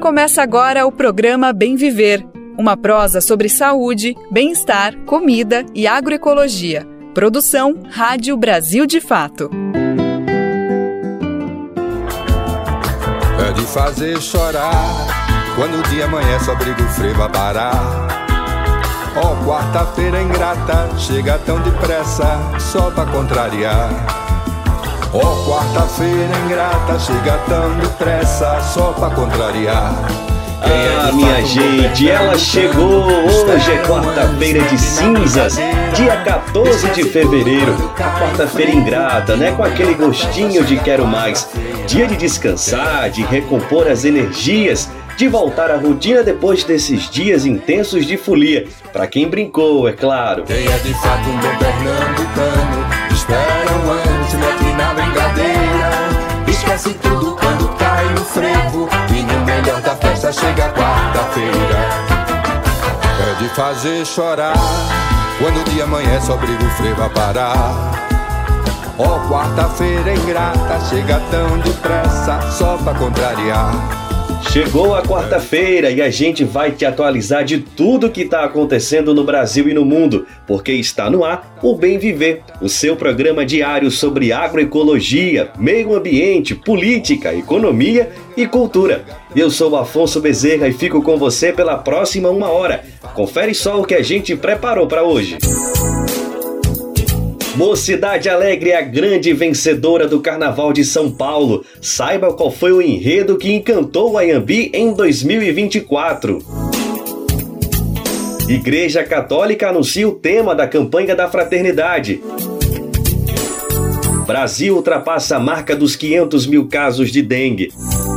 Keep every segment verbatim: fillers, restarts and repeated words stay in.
Começa agora o programa Bem Viver, uma prosa sobre saúde, bem-estar, comida e agroecologia. Produção Rádio Brasil de Fato. É de fazer chorar quando o dia amanhece, obriga o frevo a parar. Ó, oh, quarta-feira ingrata, chega tão depressa, só pra contrariar. Ó, oh, quarta-feira ingrata, chega tão depressa, só pra contrariar. Ah, minha gente, ela chegou! Hoje é quarta-feira de cinzas, dia quatorze de fevereiro. A quarta-feira ingrata, né? Com aquele gostinho de quero mais. Dia de descansar, de recompor as energias, de voltar à rotina depois desses dias intensos de folia. Pra quem brincou, é claro. Quem é de fato um bom pernambucano, espera um ano, se mete na brincadeira. Esquece tudo quando cai no frevo, e no melhor da festa chega a quarta-feira. É de fazer chorar quando o dia amanhece, obriga o frevo a parar. Ó, oh, quarta-feira ingrata, chega tão depressa, só pra contrariar. Chegou a quarta-feira e a gente vai te atualizar de tudo que está acontecendo no Brasil e no mundo, porque está no ar o Bem Viver, o seu programa diário sobre agroecologia, meio ambiente, política, economia e cultura. Eu sou o Afonso Bezerra e fico com você pela próxima uma hora. Confere só o que a gente preparou para hoje. Mocidade Alegre é a grande vencedora do Carnaval de São Paulo. Saiba qual foi o enredo que encantou o Anhembi em dois mil e vinte e quatro. Igreja Católica anuncia o tema da campanha da fraternidade. Brasil ultrapassa a marca dos quinhentos mil casos de dengue.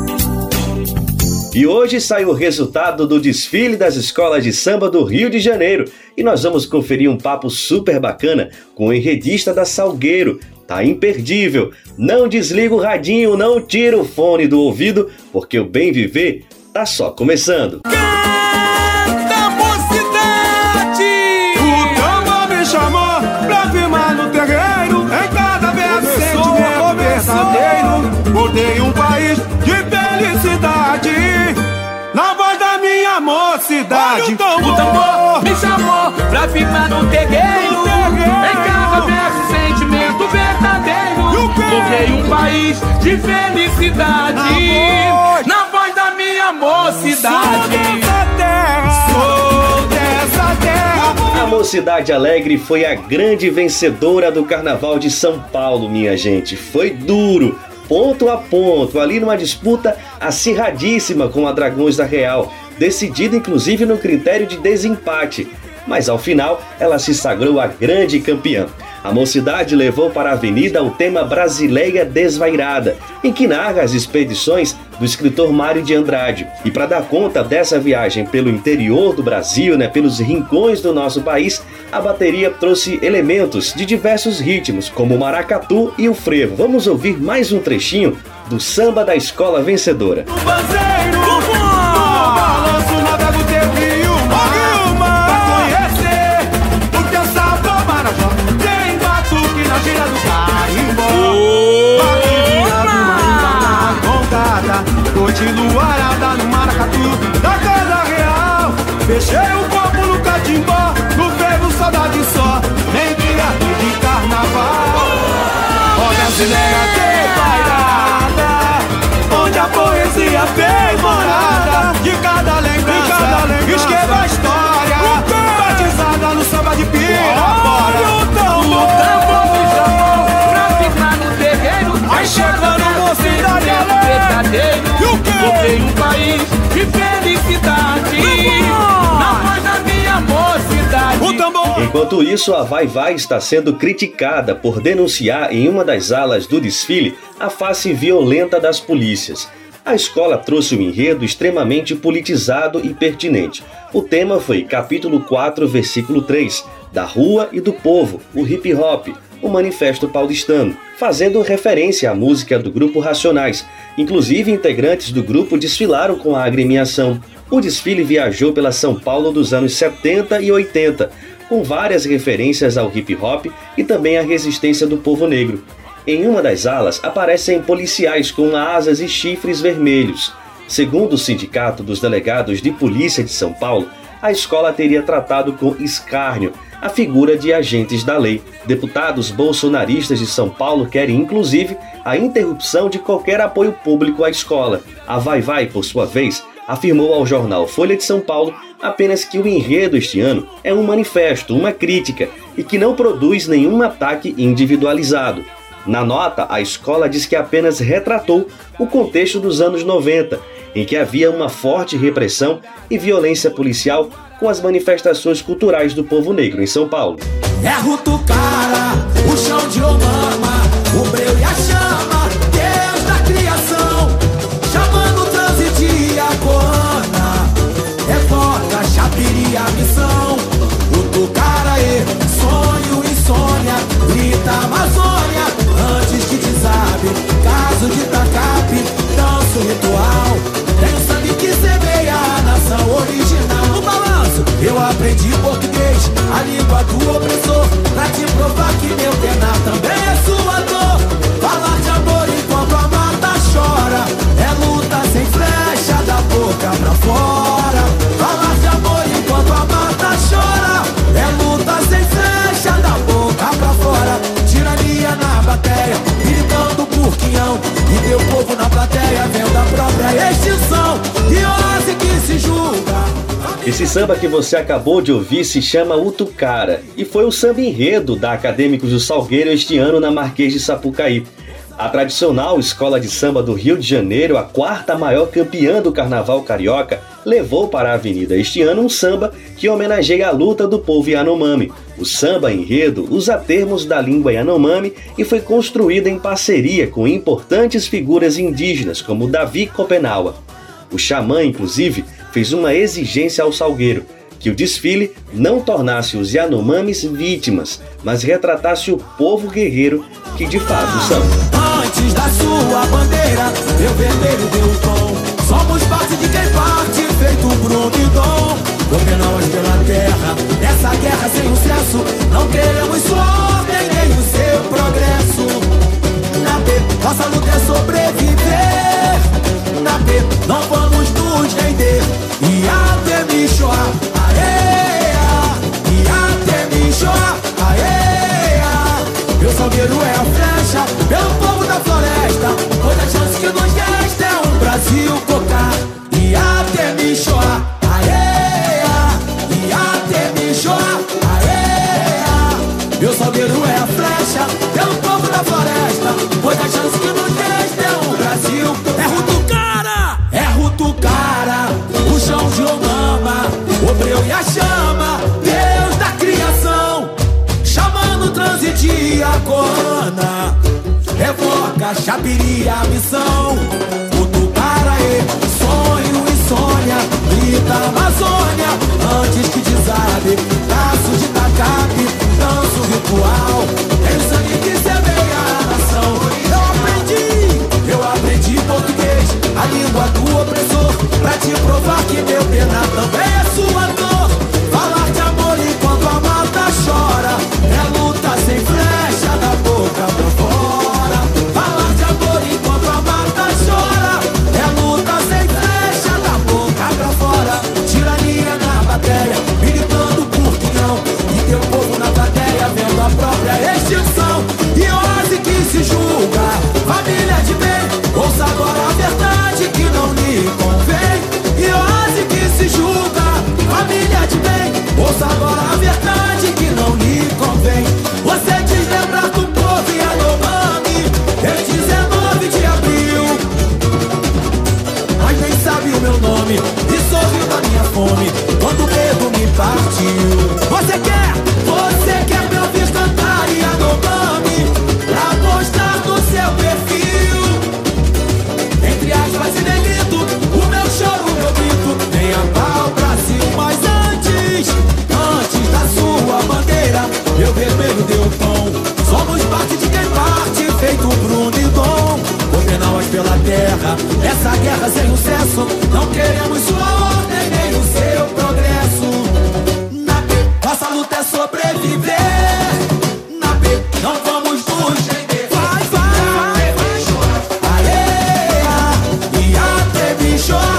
E hoje sai o resultado do desfile das escolas de samba do Rio de Janeiro. E nós vamos conferir um papo super bacana com o enredista da Salgueiro. Tá imperdível. Não desliga o radinho, não tira o fone do ouvido, porque o Bem Viver tá só começando. Canta, mocidade! O tambor me chamou pra firmar no terreiro. Em cada verso sentimento verdadeiro. Mudei um país de felicidade. Na voz da minha mocidade. Olha o tambor, o tambor me chamou pra firmar no terreiro. Em cada verso sentimento verdadeiro. Toquei um país de felicidade. Na voz da minha mocidade. Sou dessa terra, sou dessa terra. A Mocidade Alegre foi a grande vencedora do Carnaval de São Paulo, minha gente. Foi duro, ponto a ponto, ali numa disputa acirradíssima com a Dragões da Real, decidida inclusive no critério de desempate, mas ao final ela se sagrou a grande campeã. A Mocidade levou para a avenida o tema Brasileia Desvairada, em que narra as expedições do escritor Mário de Andrade. E para dar conta dessa viagem pelo interior do Brasil, né, pelos rincões do nosso país, a bateria trouxe elementos de diversos ritmos, como o maracatu e o frevo. Vamos ouvir mais um trechinho do Samba da Escola Vencedora. No banzeiro, no balanço, nada do teu rio, rio, pra conhecer o que é sabor Marajó. Tem batuque na gira do carimbó. Aqui virado uma contada, noite luarada no maracatu da Casa Real. Fechei o copo no catimbó, no ferro saudade só, nem dia de carnaval. Ó, brasileira desvairada, onde a poesia fez morada. De cada lembrança, escreva a história, batizada no samba de Pirapora. O tambor me chamou pra firmar no terreiro. Aí chegando Mocidade verdadeiro. Toquei um país de felicidade. Na voz da minha mocidade. o tambor. Enquanto isso, a Vai Vai está sendo criticada por denunciar em uma das alas do desfile a face violenta das polícias. A escola trouxe um enredo extremamente politizado e pertinente. O tema foi capítulo quatro, versículo três, da Rua e do Povo, o Hip Hop, o Manifesto Paulistano, fazendo referência à música do grupo Racionais. Inclusive, integrantes do grupo desfilaram com a agremiação. O desfile viajou pela São Paulo dos anos setenta e oitenta, com várias referências ao hip hop e também à resistência do povo negro. Em uma das alas aparecem policiais com asas e chifres vermelhos. Segundo o Sindicato dos Delegados de Polícia de São Paulo, a escola teria tratado com escárnio a figura de agentes da lei. Deputados bolsonaristas de São Paulo querem, inclusive, a interrupção de qualquer apoio público à escola. A Vai Vai, por sua vez, afirmou ao jornal Folha de São Paulo apenas que o enredo este ano é um manifesto, uma crítica, e que não produz nenhum ataque individualizado. Na nota, a escola diz que apenas retratou o contexto dos anos noventa, em que havia uma forte repressão e violência policial com as manifestações culturais do povo negro em São Paulo. É Rutucara, o chão de Obama, o breu e a chama, Deus da criação, chamando o trânsito e a Coana, evoca, chapiria, missão, Rutucara e sonho, insônia, grita Amazônia, antes que desabe, caso de tacape, danço ritual, tem o sangue que semeia a nação original. No balanço, eu aprendi português, a língua do opressor, pra te provar que meu penar também é sua dor. Falar de amor enquanto a mata chora, é luta sem flecha da boca pra fora. Falar de amor enquanto a mata chora, é luta sem flecha da boca pra fora. Tirania na plateia, gritando por quinhão, e teu povo na plateia vendo a própria extinção. E hoje que se julga. Esse samba que você acabou de ouvir se chama Utucara e foi o samba enredo da Acadêmicos do Salgueiro este ano na Marquês de Sapucaí. A tradicional escola de samba do Rio de Janeiro, a quarta maior campeã do carnaval carioca, levou para a avenida este ano um samba que homenageia a luta do povo Yanomami. O samba enredo usa termos da língua Yanomami e foi construído em parceria com importantes figuras indígenas como Davi Copenaua. O xamã, inclusive, fez uma exigência ao Salgueiro, que o desfile não tornasse os Yanomamis vítimas, mas retratasse o povo guerreiro que de fato são. Antes da sua bandeira, meu vermelho deu o tom. Somos parte de quem parte, feito Bruno e Dom. Copenauas pela terra, nessa guerra sem sucesso, não queremos sua ordem nem o seu progresso. Na B, nossa luta é sobreviver. Na B, não vamos nos render. E até me chorar, aê, e até me chorar, aê. Meu salgueiro é a flecha, pelo povo da floresta, pois a chance que nos resta é um Brasil cocar. E até me chorar, aê, e até me chorar, aê. Meu salgueiro é a flecha, pelo povo da floresta, pois a chance que nos resta é um Brasil. É Rutucara, é Rutucara, o chão de Obama, o breu e a chama, Deus da criação, chamando o trânsito e a Coana, evoca, chapiria, missão, Rutucara e sonho, insônia, grita Amazônia, antes que desabe, caço de tacape, danço ritual, tem o sangue que semeia a nação. Eu aprendi, eu aprendi português, a língua do opressor, pra te provar que meu penar também é sua dor. Falar de amor enquanto a mata chora, é luta sem flecha da boca pra fora. Falar de amor enquanto a mata chora, é luta sem flecha da boca pra fora. Tirania na plateia, gritando por quinhão, e teu povo na plateia vendo a própria extinção. E hoje que se julga, família de bem, ouça agora a verdade que não lhe convém. E hoje que se julga, família de bem, ouça agora a verdade que não lhe convém. Você diz lembrar do povo Yanomami, em dezenove de abril, mas nem sabe o meu nome, e sorriu da minha fome, quando o medo me partiu. Você quer, você quer me ouvir cantar Yanomami, pra postar no seu perfil, entre aspas e negrito, o meu choro, o meu grito, venha para o Brasil. Mas antes, antes da sua bandeira, meu vermelho deu tom. Somos parte de quem parte, feito Bruno e Dom. Copenauas pela terra, essa guerra sem sucesso, não queremos sua ordem nem o seu progresso. Na B, nossa luta é sobreviver. Na B, não vamos nos render. Vai, vai, vai, vai chorar, aê, e até me chorar.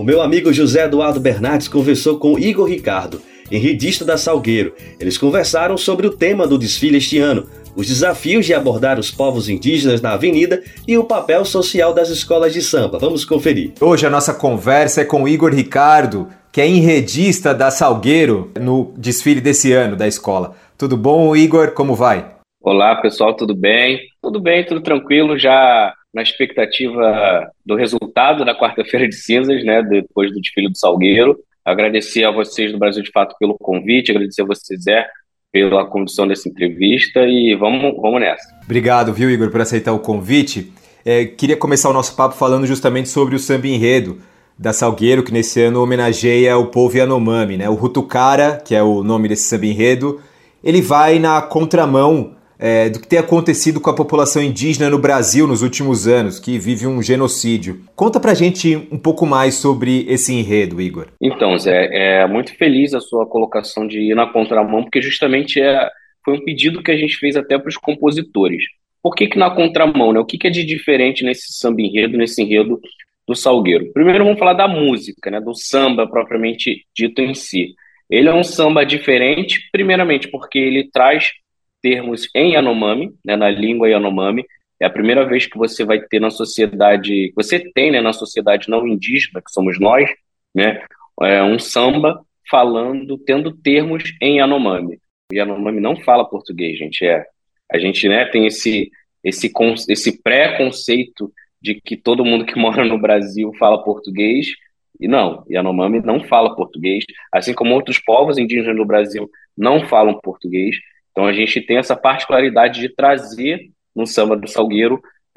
O meu amigo José Eduardo Bernardes conversou com Igor Ricardo, enredista da Salgueiro. Eles conversaram sobre o tema do desfile este ano, os desafios de abordar os povos indígenas na avenida e o papel social das escolas de samba. Vamos conferir. Hoje a nossa conversa é com Igor Ricardo, que é enredista da Salgueiro no desfile desse ano da escola. Tudo bom, Igor? Como vai? Olá, pessoal, tudo bem? Tudo bem, tudo tranquilo, já na expectativa do resultado da quarta-feira de cinzas, né, depois do desfile do Salgueiro. Agradecer a vocês do Brasil de Fato pelo convite, agradecer a você, Zé, pela condução dessa entrevista e vamos, vamos nessa. Obrigado, viu, Igor, por aceitar o convite. É, queria começar o nosso papo falando justamente sobre o samba enredo da Salgueiro, que nesse ano homenageia o povo Yanomami, né? O Rutucara, que é o nome desse samba enredo, ele vai na contramão é, do que tem acontecido com a população indígena no Brasil nos últimos anos, que vive um genocídio. Conta pra gente um pouco mais sobre esse enredo, Igor. Então, Zé, é muito feliz a sua colocação de ir na contramão, porque justamente é, foi um pedido que a gente fez até para os compositores. Por que que na contramão, né? O que que é de diferente nesse samba enredo, nesse enredo do Salgueiro? Primeiro vamos falar da música, né? Do samba propriamente dito em si. Ele é um samba diferente, primeiramente porque ele traz termos em Yanomami, né, na língua Yanomami. É a primeira vez que você vai ter na sociedade, você tem, né, na sociedade não indígena, que somos nós, né, é um samba falando, tendo termos em Yanomami. O Yanomami não fala português, gente. É, a gente, né, tem esse, esse, esse pré-conceito de que todo mundo que mora no Brasil fala português, e não, Yanomami não fala português, assim como outros povos indígenas no Brasil não falam português. Então a gente tem essa particularidade de trazer no samba do Salgueiro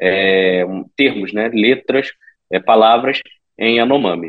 é, termos, né, letras, é, palavras em Yanomami.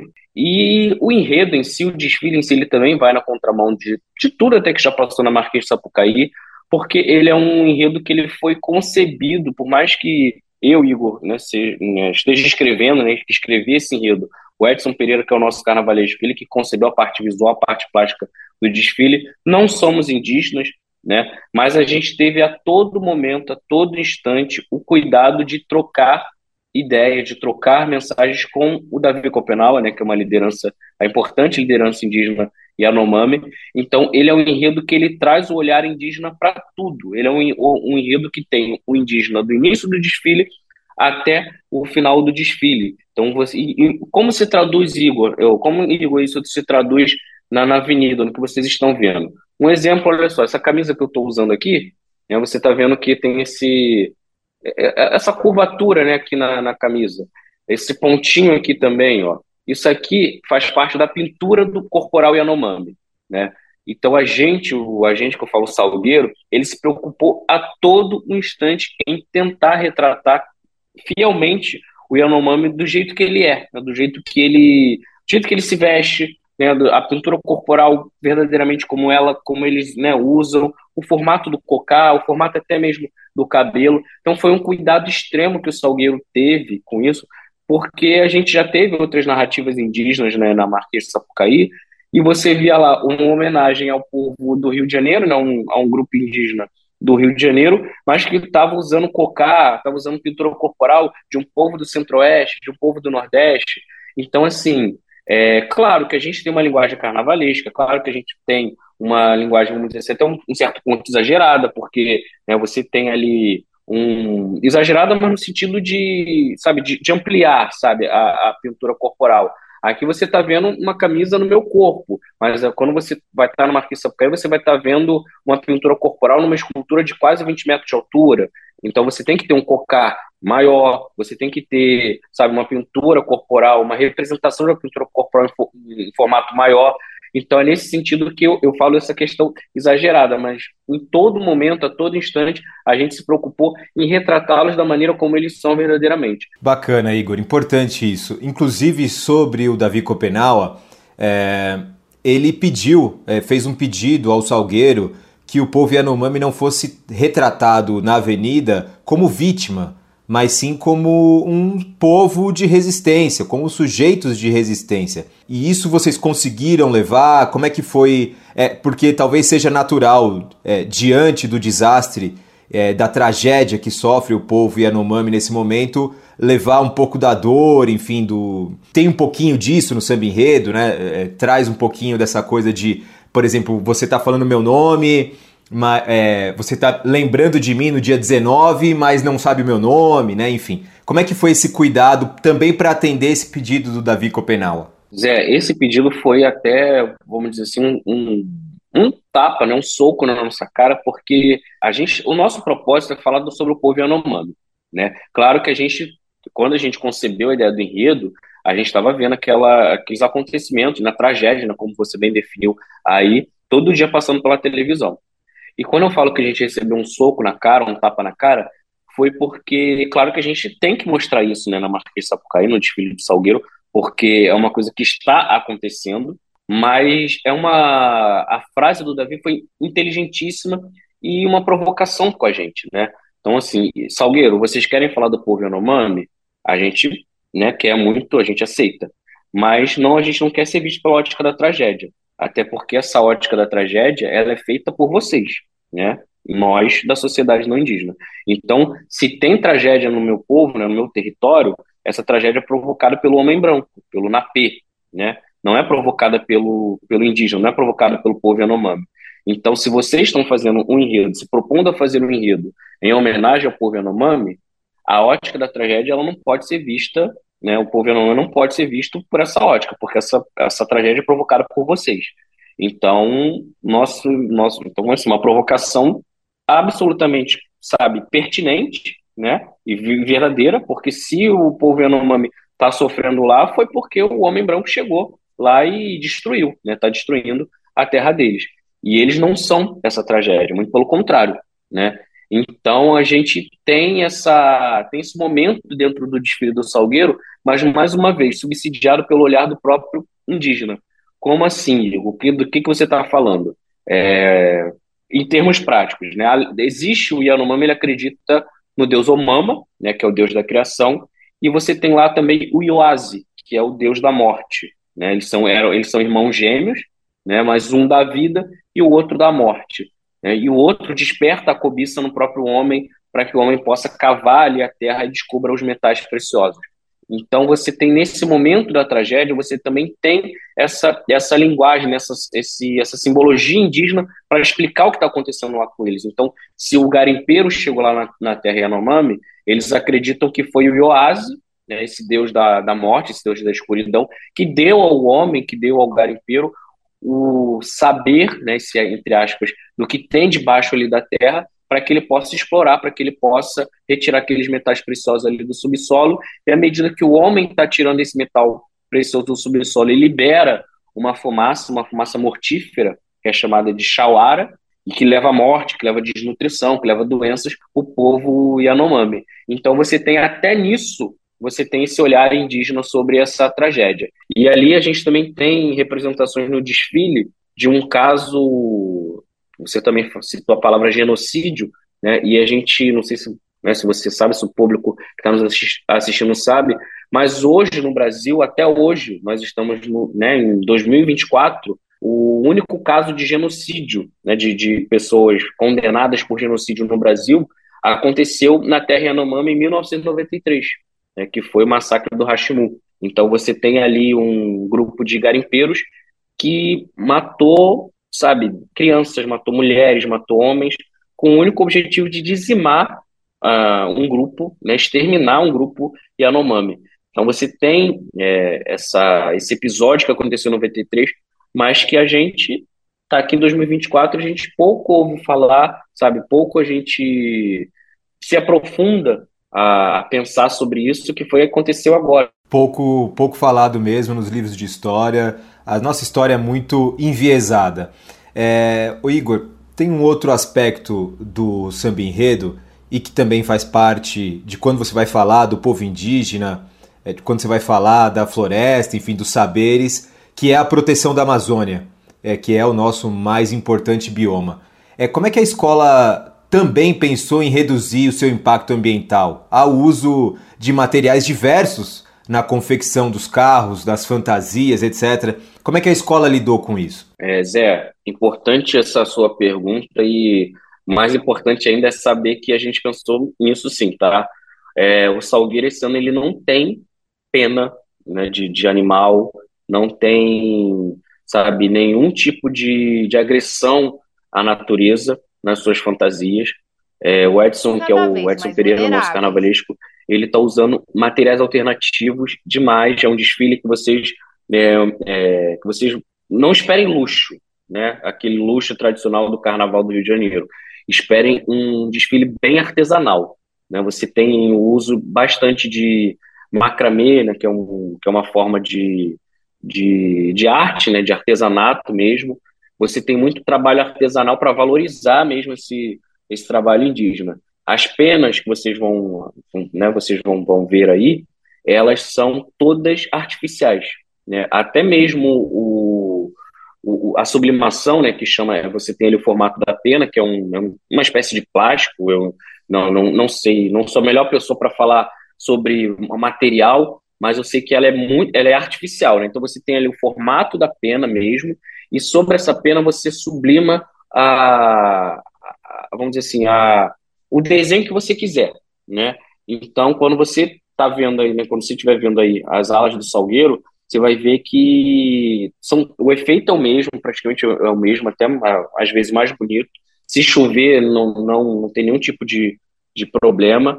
E o enredo em si, o desfile em si, ele também vai na contramão de, de tudo até que já passou na Marquês de Sapucaí, porque ele é um enredo que ele foi concebido, por mais que eu, Igor, né, se, né, esteja escrevendo, né, que escrevi esse enredo, o Edson Pereira, que é o nosso carnavalesco, ele que concebeu a parte visual, a parte plástica do desfile, não somos indígenas, né? Mas a gente teve a todo momento, a todo instante, o cuidado de trocar ideias, de trocar mensagens com o Davi Copenaua, né, que é uma liderança, a importante liderança indígena Yanomami. Então, ele é um enredo que ele traz o olhar indígena para tudo. Ele é um, um enredo que tem o indígena do início do desfile até o final do desfile. Então, você, e, e como se traduz, Igor? Eu, como, Igor, isso se traduz na, na avenida, no que vocês estão vendo? Um exemplo, olha só, essa camisa que eu estou usando aqui, né, você está vendo que tem esse, essa curvatura, né, aqui na, na camisa, esse pontinho aqui também, ó. Isso aqui faz parte da pintura do corporal Yanomami, né? Então a gente, o agente que eu falo, Salgueiro, ele se preocupou a todo instante em tentar retratar fielmente o Yanomami do jeito que ele é, né, do jeito que ele, do jeito que ele se veste, né, a pintura corporal verdadeiramente como ela, como eles, né, usam, o formato do cocá, o formato até mesmo do cabelo. Então foi um cuidado extremo que o Salgueiro teve com isso, porque a gente já teve outras narrativas indígenas, né, na Marquês de Sapucaí, e você via lá uma homenagem ao povo do Rio de Janeiro, né, um, a um grupo indígena do Rio de Janeiro, mas que estava usando cocá, estava usando pintura corporal de um povo do Centro-Oeste, de um povo do Nordeste. Então, assim, é claro que a gente tem uma linguagem carnavalesca, claro que a gente tem uma linguagem, vamos dizer assim, até um, um certo ponto exagerada, porque, né, você tem ali um exagerada, mas no sentido de, sabe, de, de ampliar, sabe, a, a pintura corporal. Aqui você está vendo uma camisa no meu corpo, mas quando você vai estar no Marquês de Sapucaí, você vai estar vendo uma pintura corporal numa escultura de quase vinte metros de altura. Então você tem que ter um cocá maior, você tem que ter, sabe, uma pintura corporal, uma representação da pintura corporal em, em formato maior. Então é nesse sentido que eu, eu falo essa questão exagerada, mas em todo momento, a todo instante, a gente se preocupou em retratá-los da maneira como eles são verdadeiramente. Bacana, Igor, importante isso. Inclusive sobre o Davi Copenaua, é, ele pediu, é, fez um pedido ao Salgueiro que o povo Yanomami não fosse retratado na avenida como vítima, mas sim como um povo de resistência, como sujeitos de resistência. E isso vocês conseguiram levar? Como é que foi? É, porque talvez seja natural, é, diante do desastre, é, da tragédia que sofre o povo Yanomami nesse momento, levar um pouco da dor, enfim, do... tem um pouquinho disso no samba enredo, né? É, traz um pouquinho dessa coisa de, por exemplo, você tá falando meu nome, mas, é, você tá lembrando de mim no dia dezenove, mas não sabe o meu nome, né? Enfim, como é que foi esse cuidado também para atender esse pedido do Davi Copenaua? Zé, esse pedido foi até, vamos dizer assim, um, um, um tapa, né, um soco na nossa cara, porque a gente, o nosso propósito é falar do- sobre o povo Yanomami, né? Claro que a gente, quando a gente concebeu a ideia do enredo, a gente estava vendo aquela, aqueles acontecimentos, na tragédia, né, como você bem definiu aí, todo dia passando pela televisão. E quando eu falo que a gente recebeu um soco na cara, um tapa na cara, foi porque, claro que a gente tem que mostrar isso, né, na Marquês de Sapucaí, no desfile do Salgueiro, porque é uma coisa que está acontecendo, mas é uma a frase do Davi foi inteligentíssima e uma provocação com a gente, né? Então, assim, Salgueiro, vocês querem falar do povo Yanomami? A gente, né, quer muito, a gente aceita. Mas não, a gente não quer ser visto pela ótica da tragédia. Até porque essa ótica da tragédia, ela é feita por vocês, né? Nós, da sociedade não indígena. Então, se tem tragédia no meu povo, né, no meu território, essa tragédia é provocada pelo homem branco, pelo Napê, né? Não é provocada pelo, pelo indígena, não é provocada pelo povo Yanomami. Então, se vocês estão fazendo um enredo, se propondo a fazer um enredo em homenagem ao povo Yanomami, a ótica da tragédia ela não pode ser vista, né? O povo Yanomami não pode ser visto por essa ótica, porque essa, essa tragédia é provocada por vocês. Então, nosso, nosso, então, assim, uma provocação absolutamente, sabe, pertinente, né, e verdadeira, porque se o povo Yanomami está sofrendo lá, foi porque o homem branco chegou lá e destruiu, né, está destruindo a terra deles. E eles não são essa tragédia, muito pelo contrário, né? Então a gente tem essa tem esse momento dentro do desfile do Salgueiro, mas mais uma vez subsidiado pelo olhar do próprio indígena. Como assim, Igor? O que, do que, que você está falando? É, em termos práticos, né? Existe o Yanomami, ele acredita no deus Omama, né, que é o deus da criação, e você tem lá também o Ioase, que é o deus da morte, né? Eles são, eram, eles são irmãos gêmeos, né, mas um da vida e o outro da morte, né? E o outro desperta a cobiça no próprio homem para que o homem possa cavar ali a terra e descubra os metais preciosos. Então você tem nesse momento da tragédia, você também tem essa, essa linguagem, essa, esse, essa simbologia indígena para explicar o que está acontecendo lá com eles. Então, se o garimpeiro chegou lá na, na terra Yanomami, eles acreditam que foi o Ioase, né, esse deus da, da morte, esse deus da escuridão, que deu ao homem, que deu ao garimpeiro o saber, né, esse, entre aspas, do que tem debaixo ali da terra, para que ele possa explorar, para que ele possa retirar aqueles metais preciosos ali do subsolo, e à medida que o homem está tirando esse metal precioso do subsolo, ele libera uma fumaça, uma fumaça mortífera, que é chamada de chauara, e que leva à morte, que leva à desnutrição, que leva a doenças, o povo Yanomami. Então você tem até nisso, você tem esse olhar indígena sobre essa tragédia. E ali a gente também tem representações no desfile de um caso, você também citou a palavra genocídio, né? E a gente, não sei se, né, se você sabe, se o público que está nos assistindo sabe, mas hoje no Brasil, até hoje, nós estamos no, né, em dois mil e vinte e quatro, o único caso de genocídio, né, de, de pessoas condenadas por genocídio no Brasil aconteceu na terra Yanomami em mil novecentos e noventa e três, né, que foi o massacre do Rachimu. Então você tem ali um grupo de garimpeiros que matou, sabe, crianças, matou mulheres, matou homens, com o único objetivo de dizimar uh, um grupo, né, exterminar um grupo Yanomami. Então você tem é, essa, esse episódio que aconteceu em noventa e três, mas que a gente está aqui em dois mil e vinte e quatro, a gente pouco ouve falar, sabe, pouco a gente se aprofunda a, a pensar sobre isso que foi aconteceu agora. Pouco, pouco falado mesmo nos livros de história, a nossa história é muito enviesada. É, o Igor, tem um outro aspecto do samba enredo e que também faz parte de quando você vai falar do povo indígena, é, de quando você vai falar da floresta, enfim, dos saberes, que é a proteção da Amazônia, é, que é o nosso mais importante bioma. É, como é que a escola também pensou em reduzir o seu impacto ambiental? Há o uso de materiais diversos na confecção dos carros, das fantasias, etcétera. Como é que a escola lidou com isso? É, Zé, importante essa sua pergunta e mais importante ainda é saber que a gente pensou nisso sim, tá? É, o Salgueiro esse ano ele não tem pena, né, de, de animal, não tem, sabe, nenhum tipo de, de agressão à natureza nas suas fantasias. É, o Edson, que é Cada o vez Edson mais Pereira, o nosso vulneráveis. carnavalesco, ele está usando materiais alternativos demais. É um desfile que vocês, é, é, que vocês não esperem luxo, né? Aquele luxo tradicional do Carnaval do Rio de Janeiro. Esperem um desfile bem artesanal, né? Você tem o uso bastante de macramê, né? Que é, um, que é uma forma de, de, de arte, né? De artesanato mesmo. Você tem muito trabalho artesanal para valorizar mesmo esse, esse trabalho indígena. As penas que vocês vão, né, vocês vão, vão ver aí, elas são todas artificiais, né? Até mesmo o, o, a sublimação, né, que chama, você tem ali o formato da pena, que é, um, é uma espécie de plástico. Eu não, não, não sei, não sou a melhor pessoa para falar sobre o material, mas eu sei que ela é muito, ela é artificial, né? Então você tem ali o formato da pena mesmo, e sobre essa pena você sublima a, a vamos dizer assim, a, o desenho que você quiser, né? Então, quando você está vendo aí, né, quando você estiver vendo aí as alas do Salgueiro, você vai ver que são, o efeito é o mesmo, praticamente é o mesmo, até às vezes mais bonito. Se chover, não, não, não tem nenhum tipo de, de problema.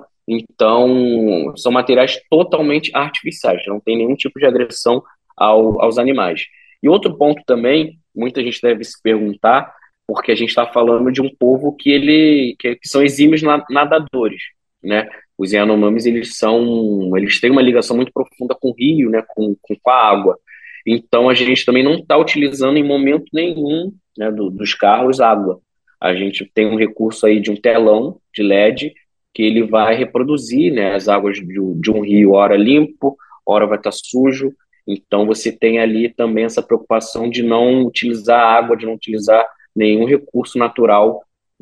Então, são materiais totalmente artificiais, não tem nenhum tipo de agressão ao, aos animais. E outro ponto também, muita gente deve se perguntar, porque a gente está falando de um povo que, ele, que, que são exímios nadadores, né? Os Yanomamis, eles são, eles têm uma ligação muito profunda com o rio, né, com, com a água. Então, a gente também não está utilizando em momento nenhum, né, do, dos carros água. A gente tem um recurso aí de um telão de L E D que ele vai reproduzir, né, as águas de, de um rio, ora limpo, ora vai estar sujo. Então, você tem ali também essa preocupação de não utilizar água, de não utilizar nenhum recurso natural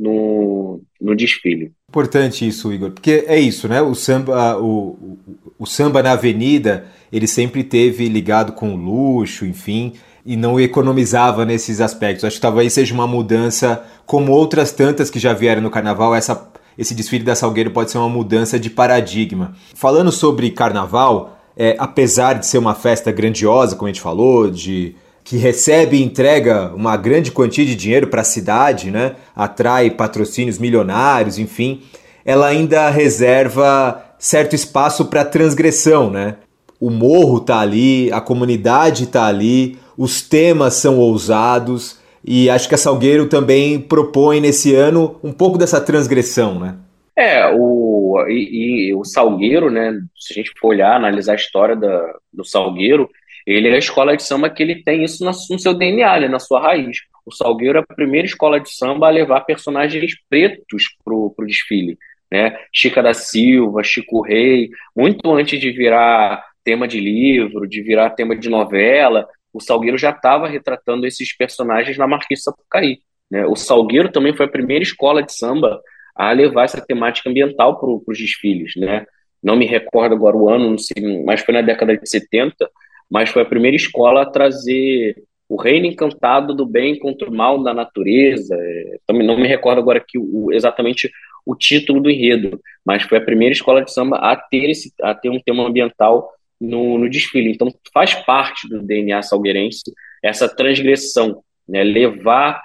no, no desfile. Importante isso, Igor, porque é isso, né? O samba, o, o, o samba na avenida, ele sempre teve ligado com luxo, enfim, e não economizava nesses aspectos. Acho que talvez seja uma mudança, como outras tantas que já vieram no carnaval, essa, esse desfile da Salgueiro pode ser uma mudança de paradigma. Falando sobre carnaval, é, apesar de ser uma festa grandiosa, como a gente falou, de que recebe e entrega uma grande quantia de dinheiro para a cidade, né? Atrai patrocínios milionários, enfim, ela ainda reserva certo espaço para transgressão, né? O morro está ali, a comunidade está ali, os temas são ousados, e acho que a Salgueiro também propõe nesse ano um pouco dessa transgressão, né? É, o, e, e o Salgueiro, né? Se a gente for olhar, analisar a história da, do Salgueiro, ele é a escola de samba que ele tem isso no seu D N A, né, na sua raiz. O Salgueiro é a primeira escola de samba a levar personagens pretos pro, pro desfile, né? Chica da Silva, Chico Rei, muito antes de virar tema de livro, de virar tema de novela, o Salgueiro já estava retratando esses personagens na Marquês de Sapucaí, né? O Salgueiro também foi a primeira escola de samba a levar essa temática ambiental para os desfiles, né? Não me recordo agora o ano, não sei, mas foi na década de setenta, mas foi a primeira escola a trazer o reino encantado do bem contra o mal da natureza. Também não me recordo agora aqui o, exatamente o título do enredo, mas foi a primeira escola de samba a ter, esse, a ter um tema ambiental no, no desfile. Então faz parte do D N A salgueirense essa transgressão, né? Levar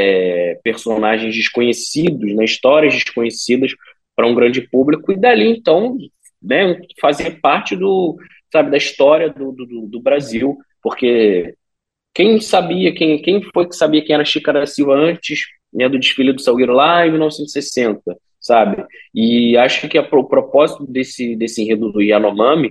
é, personagens desconhecidos, né? Histórias desconhecidas para um grande público, e dali então, né, fazer parte do, sabe, da história do, do, do Brasil, porque quem sabia, quem, quem foi que sabia quem era Chica da Silva antes, né, do desfile do Salgueiro lá em mil novecentos e sessenta, sabe? E acho que a, o propósito desse, desse enredo do Yanomami,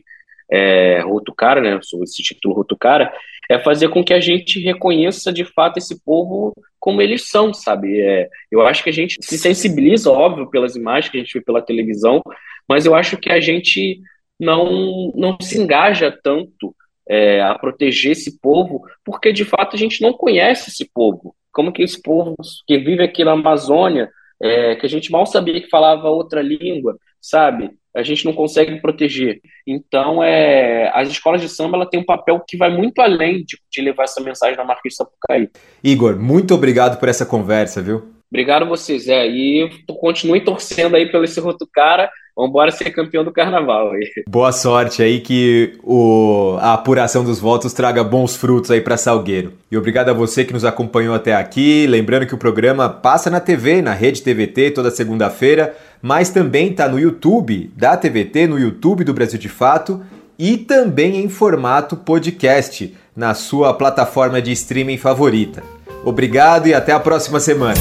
é, Rutucara, né, esse título Rutucara, é fazer com que a gente reconheça de fato esse povo como eles são, sabe? É, eu acho que a gente se sensibiliza, óbvio, pelas imagens que a gente vê pela televisão, mas eu acho que a gente não, não se engaja tanto é, a proteger esse povo, porque de fato a gente não conhece esse povo. Como que esse povo que vive aqui na Amazônia, é, que a gente mal sabia que falava outra língua, sabe? A gente não consegue proteger. Então, é, as escolas de samba ela tem um papel que vai muito além de, de levar essa mensagem na Marquês de Sapucaí. Igor, muito obrigado por essa conversa, viu? Obrigado a vocês, é, e continue torcendo aí pelo esse Rutucara, Vambora ser campeão do carnaval aí. Boa sorte aí, que o, a apuração dos votos traga bons frutos aí para Salgueiro. E obrigado a você que nos acompanhou até aqui. Lembrando que o programa passa na T V, na Rede T V T, toda segunda-feira, mas também está no YouTube da T V T, no YouTube do Brasil de Fato, e também em formato podcast, na sua plataforma de streaming favorita. Obrigado e até a próxima semana.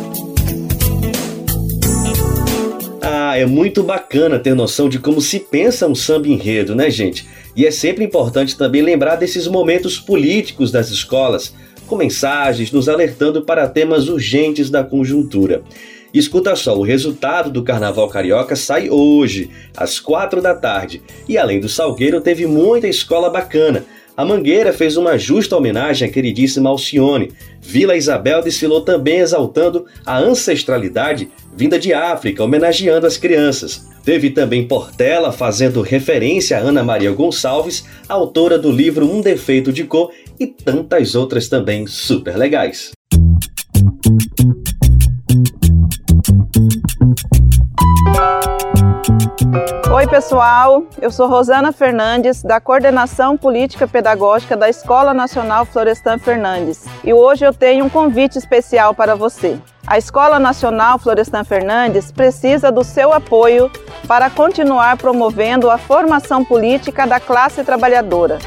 Ah, é muito bacana ter noção de como se pensa um samba enredo, né, gente? E é sempre importante também lembrar desses momentos políticos das escolas, com mensagens nos alertando para temas urgentes da conjuntura. Escuta só, o resultado do Carnaval Carioca sai hoje, às quatro da tarde. E além do Salgueiro, teve muita escola bacana. A Mangueira fez uma justa homenagem à queridíssima Alcione. Vila Isabel desfilou também exaltando a ancestralidade vinda de África, homenageando as crianças. Teve também Portela fazendo referência a Ana Maria Gonçalves, autora do livro Um Defeito de Cor, e tantas outras também super legais. Oi pessoal, eu sou Rosana Fernandes, da Coordenação Política Pedagógica da Escola Nacional Florestan Fernandes, e hoje eu tenho um convite especial para você. A Escola Nacional Florestan Fernandes precisa do seu apoio para continuar promovendo a formação política da classe trabalhadora.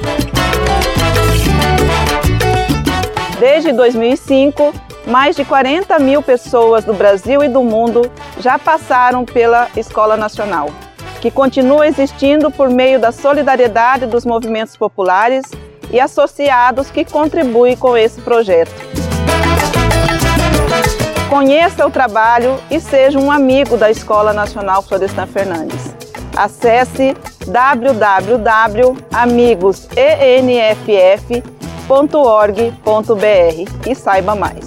Desde dois mil e cinco, mais de quarenta mil pessoas do Brasil e do mundo já passaram pela Escola Nacional, que continua existindo por meio da solidariedade dos movimentos populares e associados que contribuem com esse projeto. Conheça o trabalho e seja um amigo da Escola Nacional Florestan Fernandes. Acesse w w w ponto amigos e n f f ponto org ponto b r e saiba mais.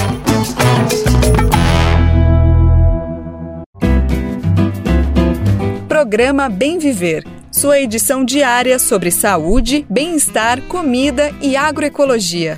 Programa Bem Viver, sua edição diária sobre saúde, bem-estar, comida e agroecologia.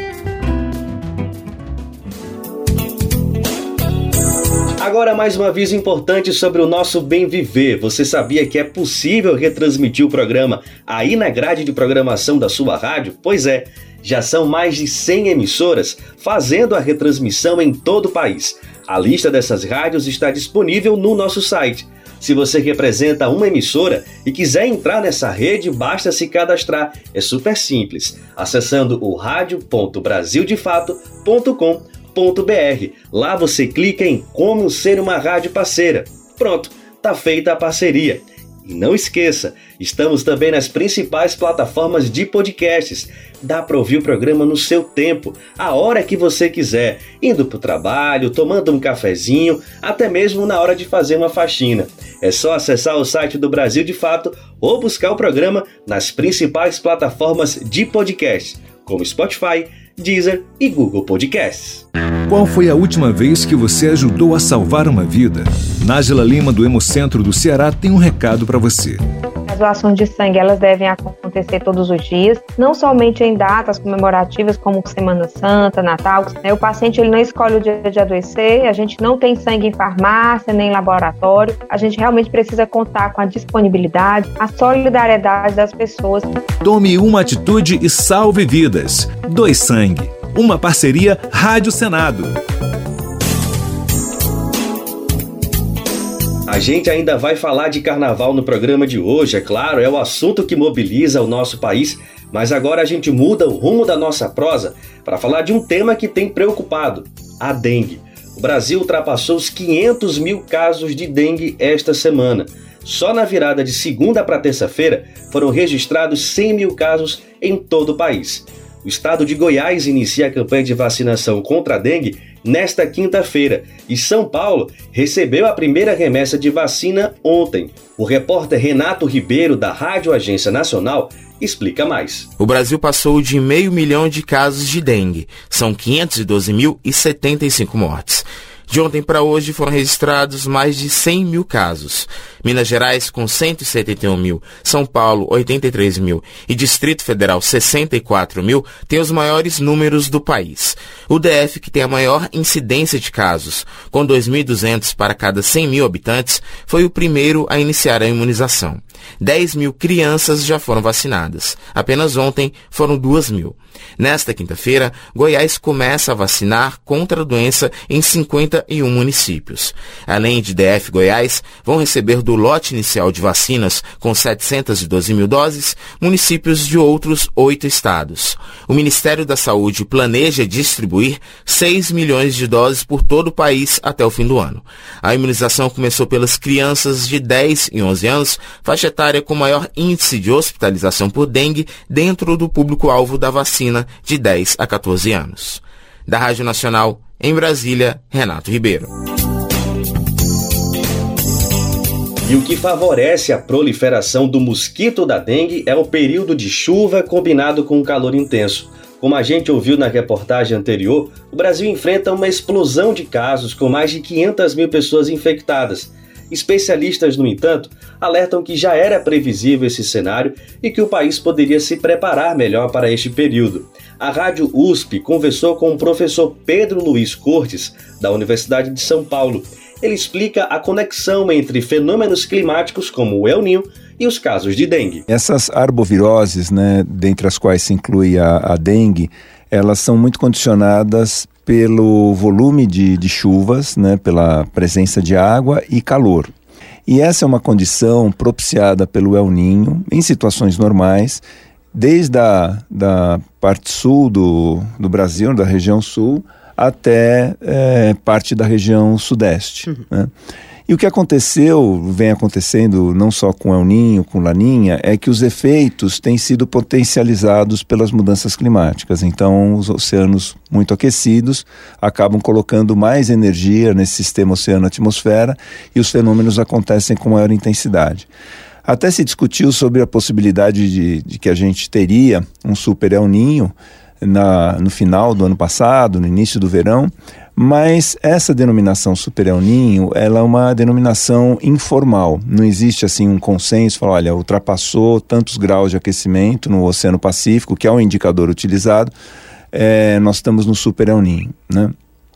Agora mais um aviso importante sobre o nosso Bem Viver. Você sabia que é possível retransmitir o programa aí na grade de programação da sua rádio? Pois é, já são mais de cem emissoras fazendo a retransmissão em todo o país. A lista dessas rádios está disponível no nosso site. Se você representa uma emissora e quiser entrar nessa rede, basta se cadastrar. É super simples, acessando o rádio ponto brasil de fato ponto com ponto b r. Lá você clica em Como Ser uma Rádio Parceira. Pronto, tá feita a parceria. E não esqueça, estamos também nas principais plataformas de podcasts. Dá para ouvir o programa no seu tempo, a hora que você quiser, indo para o trabalho, tomando um cafezinho, até mesmo na hora de fazer uma faxina. É só acessar o site do Brasil de Fato ou buscar o programa nas principais plataformas de podcast, como Spotify, Deezer e Google Podcasts. Qual foi a última vez que você ajudou a salvar uma vida? Nájila Lima, do Hemocentro do Ceará, tem um recado para você. As doações de sangue, elas devem acontecer todos os dias, não somente em datas comemorativas como Semana Santa, Natal. O paciente ele não escolhe o dia de adoecer, a gente não tem sangue em farmácia, nem em laboratório. A gente realmente precisa contar com a disponibilidade, a solidariedade das pessoas. Tome uma atitude e salve vidas. Doe sangue. Uma parceria Rádio Senado. A gente ainda vai falar de carnaval no programa de hoje, é claro, é o assunto que mobiliza o nosso país, mas agora a gente muda o rumo da nossa prosa para falar de um tema que tem preocupado, a dengue. O Brasil ultrapassou os quinhentos mil casos de dengue esta semana. Só na virada de segunda para terça-feira foram registrados cem mil casos em todo o país. O estado de Goiás inicia a campanha de vacinação contra a dengue nesta quinta-feira e São Paulo recebeu a primeira remessa de vacina ontem. O repórter Renato Ribeiro, da Rádio Agência Nacional, explica mais. O Brasil passou de meio milhão de casos de dengue. São quinhentos e doze mil e setenta e cinco mortes. De ontem para hoje foram registrados mais de cem mil casos. Minas Gerais com cento e setenta e um mil, São Paulo oitenta e três mil e Distrito Federal sessenta e quatro mil têm os maiores números do país. O D F, que tem a maior incidência de casos, com dois mil e duzentos para cada cem mil habitantes, foi o primeiro a iniciar a imunização. dez mil crianças já foram vacinadas. Apenas ontem foram duas mil. Nesta quinta-feira, Goiás começa a vacinar contra a doença em cinquenta e um municípios. Além de D F e Goiás, vão receber do lote inicial de vacinas, com setecentos e doze mil doses, municípios de outros oito estados. O Ministério da Saúde planeja distribuir seis milhões de doses por todo o país até o fim do ano. A imunização começou pelas crianças de dez e onze anos, faixa etária com maior índice de hospitalização por dengue dentro do público-alvo da vacina de dez a quatorze anos. Da Rádio Nacional, em Brasília, Renato Ribeiro. E o que favorece a proliferação do mosquito da dengue é o período de chuva combinado com o calor intenso. Como a gente ouviu na reportagem anterior, o Brasil enfrenta uma explosão de casos com mais de quinhentas mil pessoas infectadas. Especialistas, no entanto, alertam que já era previsível esse cenário e que o país poderia se preparar melhor para este período. A Rádio U S P conversou com o professor Pedro Luiz Cortes, da Universidade de São Paulo. Ele explica a conexão entre fenômenos climáticos como o El Niño e os casos de dengue. Essas arboviroses, né, dentre as quais se inclui a, a dengue, elas são muito condicionadas pelo volume de, de chuvas, né, pela presença de água e calor. E essa é uma condição propiciada pelo El Niño em situações normais, desde a da parte sul do, do Brasil, da região sul, até é, parte da região sudeste. Uhum. Né? E o que aconteceu, vem acontecendo não só com El Niño, com Laninha, é que os efeitos têm sido potencializados pelas mudanças climáticas. Então, os oceanos muito aquecidos acabam colocando mais energia nesse sistema oceano-atmosfera e os fenômenos acontecem com maior intensidade. Até se discutiu sobre a possibilidade de, de que a gente teria um super El Niño Na, no final do ano passado, no início do verão, mas essa denominação Super El Niño, ela é uma denominação informal. Não existe assim um consenso, fala, olha, ultrapassou tantos graus de aquecimento no Oceano Pacífico, que é um indicador utilizado, é, nós estamos no Super El Niño, né?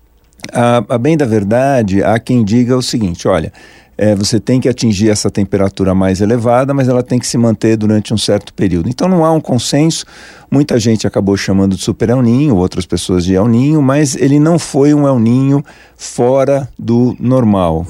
A, a bem da verdade, há quem diga o seguinte, olha, É, você tem que atingir essa temperatura mais elevada, mas ela tem que se manter durante um certo período. Então não há um consenso, muita gente acabou chamando de Super El Niño, outras pessoas de El Niño, mas ele não foi um El Niño fora do normal.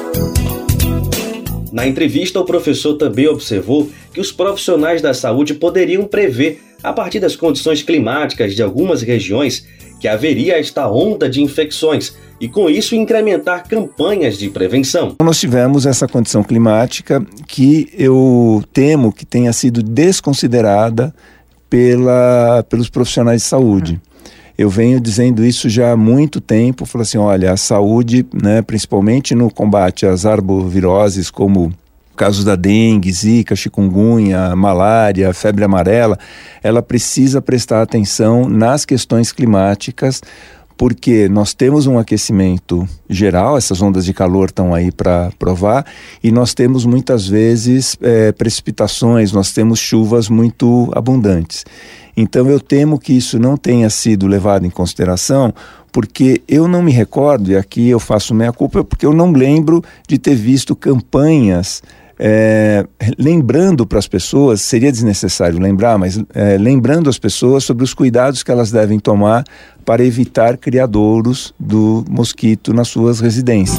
Na entrevista, o professor também observou que os profissionais da saúde poderiam prever, a partir das condições climáticas de algumas regiões, que haveria esta onda de infecções e, com isso, incrementar campanhas de prevenção. Nós tivemos essa condição climática que eu temo que tenha sido desconsiderada pela, pelos profissionais de saúde. Eu venho dizendo isso já há muito tempo, falo assim, olha, a saúde, né, principalmente no combate às arboviroses, como casos da dengue, zika, chikungunya, malária, febre amarela, ela precisa prestar atenção nas questões climáticas, porque nós temos um aquecimento geral, essas ondas de calor estão aí para provar, e nós temos muitas vezes é, precipitações, nós temos chuvas muito abundantes. Então eu temo que isso não tenha sido levado em consideração, porque eu não me recordo, e aqui eu faço meia culpa, porque eu não lembro de ter visto campanhas É, lembrando para as pessoas, seria desnecessário lembrar, mas é, lembrando as pessoas sobre os cuidados que elas devem tomar para evitar criadouros do mosquito nas suas residências.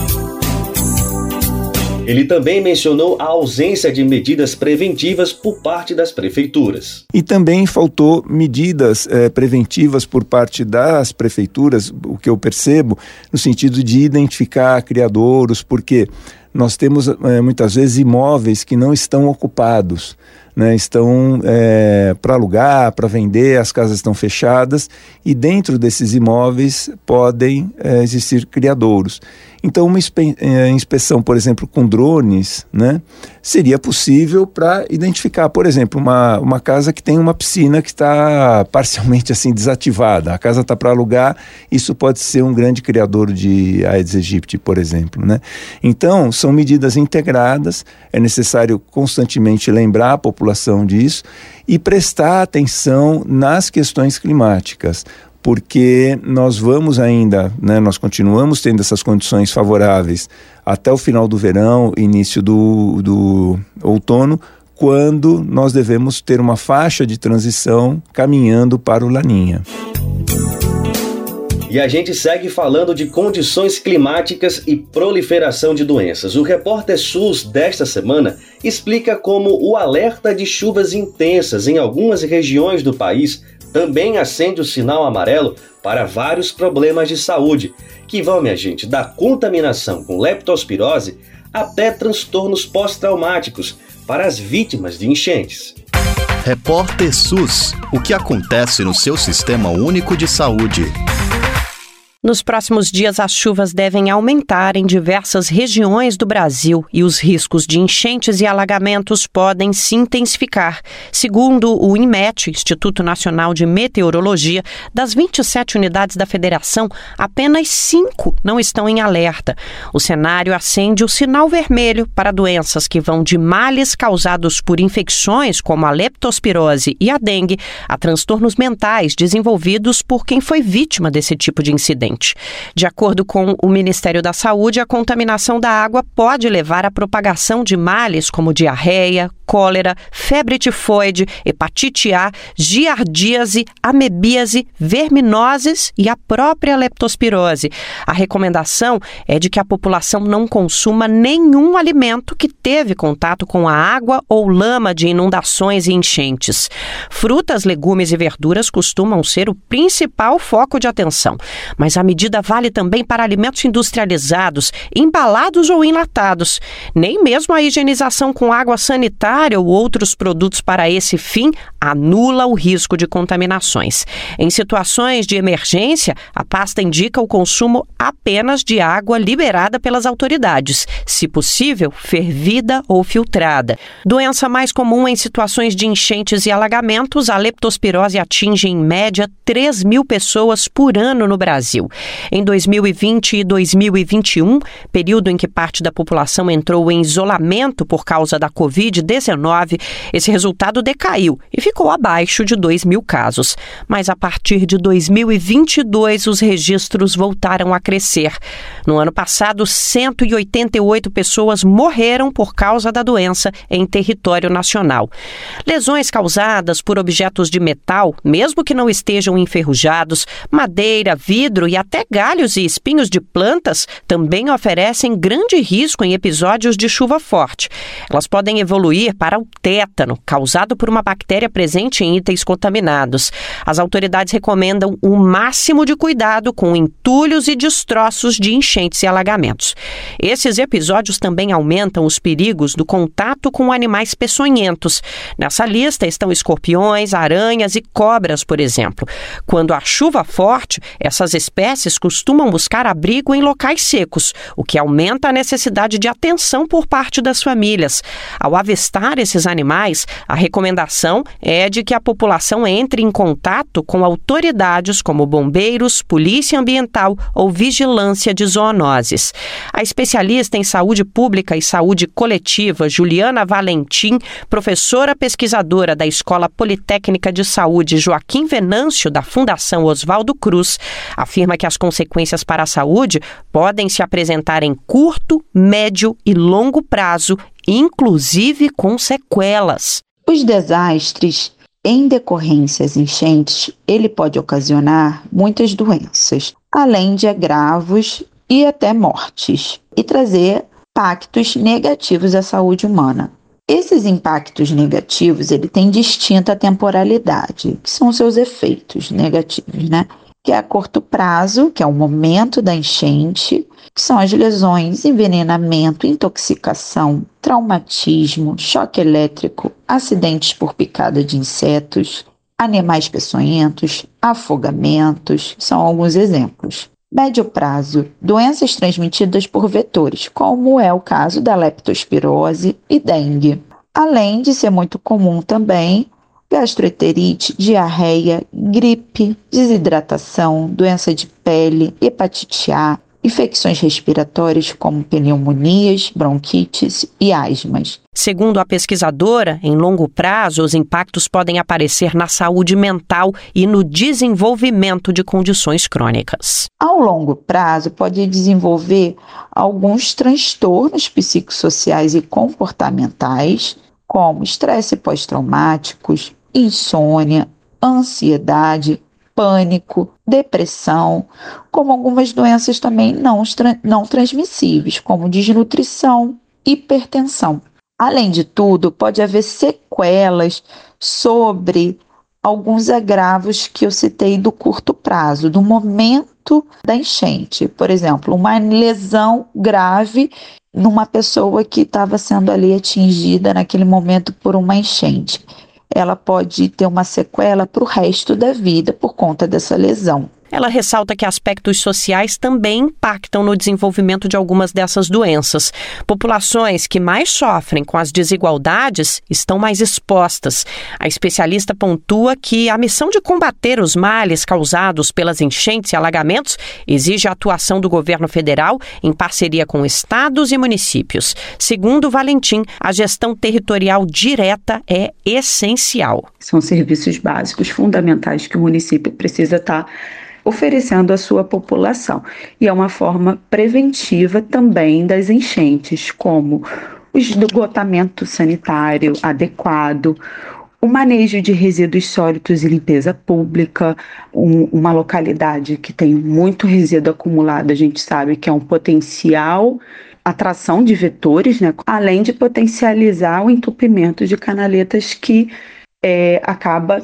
Ele também mencionou a ausência de medidas preventivas por parte das prefeituras. E também faltou medidas é, preventivas por parte das prefeituras, o que eu percebo, no sentido de identificar criadouros, porque nós temos é, muitas vezes imóveis que não estão ocupados, né, estão é, para alugar, para vender, as casas estão fechadas e dentro desses imóveis podem é, existir criadouros. Então, uma inspe- é, inspeção, por exemplo, com drones, né, seria possível para identificar, por exemplo, uma, uma casa que tem uma piscina que está parcialmente assim desativada. A casa está para alugar, isso pode ser um grande criadouro de Aedes aegypti, por exemplo, né? Então, são medidas integradas, é necessário constantemente lembrar a população disso e prestar atenção nas questões climáticas, porque nós vamos ainda, né, nós continuamos tendo essas condições favoráveis até o final do verão, início do, do outono, quando nós devemos ter uma faixa de transição caminhando para o Laninha. E a gente segue falando de condições climáticas e proliferação de doenças. O Repórter SUS desta semana explica como o alerta de chuvas intensas em algumas regiões do país também acende o sinal amarelo para vários problemas de saúde, que vão, minha gente, da contaminação com leptospirose até transtornos pós-traumáticos para as vítimas de enchentes. Repórter SUS. O que acontece no seu Sistema Único de Saúde? Nos próximos dias, as chuvas devem aumentar em diversas regiões do Brasil e os riscos de enchentes e alagamentos podem se intensificar. Segundo o INMET, Instituto Nacional de Meteorologia, das vinte e sete unidades da federação, apenas cinco não estão em alerta. O cenário acende o sinal vermelho para doenças que vão de males causados por infecções como a leptospirose e a dengue a transtornos mentais desenvolvidos por quem foi vítima desse tipo de incidente. De acordo com o Ministério da Saúde, a contaminação da água pode levar à propagação de males como diarreia, cólera, febre tifoide, hepatite A, giardíase, amebíase, verminoses e a própria leptospirose. A recomendação é de que a população não consuma nenhum alimento que teve contato com a água ou lama de inundações e enchentes. Frutas, legumes e verduras costumam ser o principal foco de atenção, mas a medida vale também para alimentos industrializados, embalados ou enlatados. Nem mesmo a higienização com água sanitária ou outros produtos para esse fim anula o risco de contaminações. Em situações de emergência, a pasta indica o consumo apenas de água liberada pelas autoridades, se possível, fervida ou filtrada. Doença mais comum em situações de enchentes e alagamentos, a leptospirose atinge em média três mil pessoas por ano no Brasil. Em dois mil e vinte e dois mil e vinte e um, período em que parte da população entrou em isolamento por causa da covid dezenove, esse resultado decaiu e ficou abaixo de dois mil casos. Mas a partir de dois mil e vinte e dois, os registros voltaram a crescer. No ano passado, cento e oitenta e oito pessoas morreram por causa da doença em território nacional. Lesões causadas por objetos de metal, mesmo que não estejam enferrujados, madeira, vidro e até galhos e espinhos de plantas também oferecem grande risco em episódios de chuva forte. Elas podem evoluir para o tétano, causado por uma bactéria presente em itens contaminados. As autoridades recomendam o máximo de cuidado com entulhos e destroços de enchentes e alagamentos. Esses episódios também aumentam os perigos do contato com animais peçonhentos. Nessa lista estão escorpiões, aranhas e cobras, por exemplo. Quando há chuva forte, essas espécies costumam buscar abrigo em locais secos, o que aumenta a necessidade de atenção por parte das famílias. Ao avistar esses animais, a recomendação é de que a população entre em contato com autoridades como bombeiros, polícia ambiental ou vigilância de zoonoses. A especialista em saúde pública e saúde coletiva, Juliana Valentim, professora pesquisadora da Escola Politécnica de Saúde Joaquim Venâncio, da Fundação Oswaldo Cruz, afirma que as consequências para a saúde podem se apresentar em curto, médio e longo prazo, inclusive com sequelas. Os desastres em decorrências enchentes, ele pode ocasionar muitas doenças, além de agravos e até mortes, e trazer impactos negativos à saúde humana. Esses impactos negativos, ele tem distinta temporalidade, que são seus efeitos negativos, né? que é a curto prazo, que é o momento da enchente, que são as lesões, envenenamento, intoxicação, traumatismo, choque elétrico, acidentes por picada de insetos, animais peçonhentos, afogamentos, são alguns exemplos. Médio prazo, doenças transmitidas por vetores, como é o caso da leptospirose e dengue. Além de ser muito comum também gastroenterite, diarreia, gripe, desidratação, doença de pele, hepatite A, infecções respiratórias como pneumonias, bronquites e asmas. Segundo a pesquisadora, em longo prazo, os impactos podem aparecer na saúde mental e no desenvolvimento de condições crônicas. Ao longo prazo, pode desenvolver alguns transtornos psicossociais e comportamentais, como estresse pós-traumáticos, insônia, ansiedade, pânico, depressão, como algumas doenças também não, não transmissíveis, como desnutrição, hipertensão. Além de tudo, pode haver sequelas sobre alguns agravos que eu citei do curto prazo, do momento da enchente. Por exemplo, uma lesão grave numa pessoa que estava sendo ali atingida naquele momento por uma enchente. Ela pode ter uma sequela para o resto da vida por conta dessa lesão. Ela ressalta que aspectos sociais também impactam no desenvolvimento de algumas dessas doenças. Populações que mais sofrem com as desigualdades estão mais expostas. A especialista pontua que a missão de combater os males causados pelas enchentes e alagamentos exige a atuação do governo federal em parceria com estados e municípios. Segundo Valentim, a gestão territorial direta é essencial. São serviços básicos fundamentais que o município precisa estar oferecendo à sua população. E é uma forma preventiva também das enchentes, como o esgotamento sanitário adequado, o manejo de resíduos sólidos e limpeza pública. Um, uma localidade que tem muito resíduo acumulado, a gente sabe que é um potencial atração de vetores, né? Além de potencializar o entupimento de canaletas que é, acaba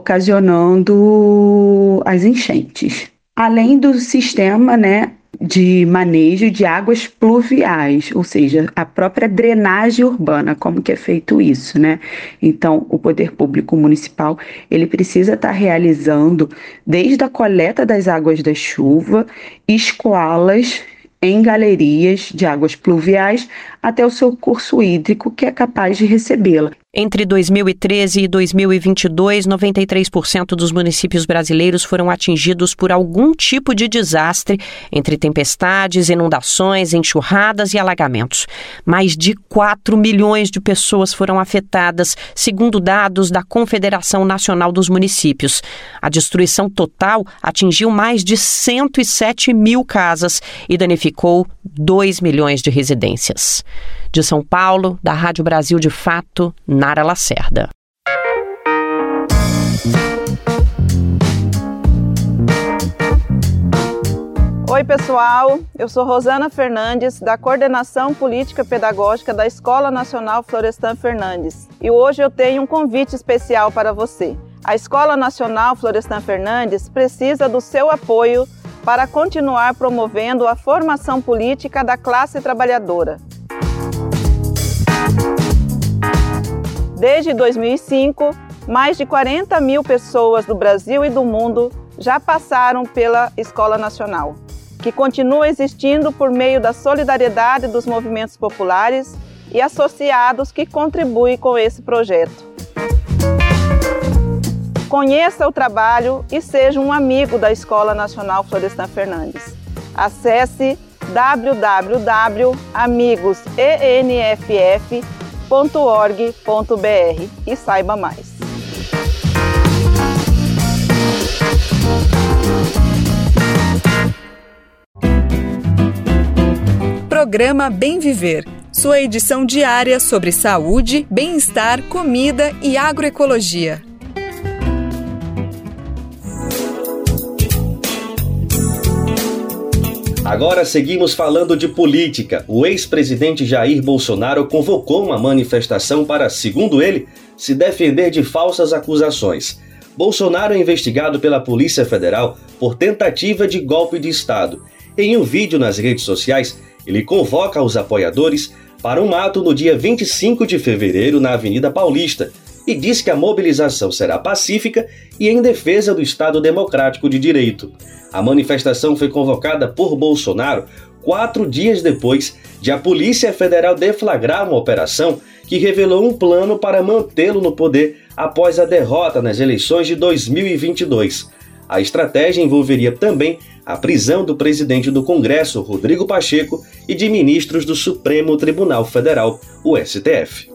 ocasionando as enchentes. Além do sistema, né, de manejo de águas pluviais, ou seja, a própria drenagem urbana, como que é feito isso, né? Então, o poder público municipal, ele precisa estar realizando, desde a coleta das águas da chuva, escoá-las em galerias de águas pluviais até o seu curso hídrico, que é capaz de recebê-la. Entre dois mil e treze e dois mil e vinte e dois, noventa e três por cento dos municípios brasileiros foram atingidos por algum tipo de desastre, entre tempestades, inundações, enxurradas e alagamentos. Mais de quatro milhões de pessoas foram afetadas, segundo dados da Confederação Nacional dos Municípios. A destruição total atingiu mais de cento e sete mil casas e danificou dois milhões de residências. De São Paulo, da Rádio Brasil de Fato, Nara Lacerda. Oi, pessoal. Eu sou Rosana Fernandes, da Coordenação Política Pedagógica da Escola Nacional Florestan Fernandes. E hoje eu tenho um convite especial para você. A Escola Nacional Florestan Fernandes precisa do seu apoio para continuar promovendo a formação política da classe trabalhadora. Desde dois mil e cinco, mais de quarenta mil pessoas do Brasil e do mundo já passaram pela Escola Nacional, que continua existindo por meio da solidariedade dos movimentos populares e associados que contribuem com esse projeto. Conheça o trabalho e seja um amigo da Escola Nacional Florestan Fernandes. Acesse w w w ponto amigos e n f f ponto org ponto b r e saiba mais. Programa Bem Viver, sua edição diária sobre saúde, bem-estar, comida e agroecologia. Agora seguimos falando de política. O ex-presidente Jair Bolsonaro convocou uma manifestação para, segundo ele, se defender de falsas acusações. Bolsonaro é investigado pela Polícia Federal por tentativa de golpe de Estado. Em um vídeo nas redes sociais, ele convoca os apoiadores para um ato no dia vinte e cinco de fevereiro na Avenida Paulista e diz que a mobilização será pacífica e em defesa do Estado Democrático de Direito. A manifestação foi convocada por Bolsonaro quatro dias depois de a Polícia Federal deflagrar uma operação que revelou um plano para mantê-lo no poder após a derrota nas eleições de dois mil e vinte e dois. A estratégia envolveria também a prisão do presidente do Congresso, Rodrigo Pacheco, e de ministros do Supremo Tribunal Federal, o S T F.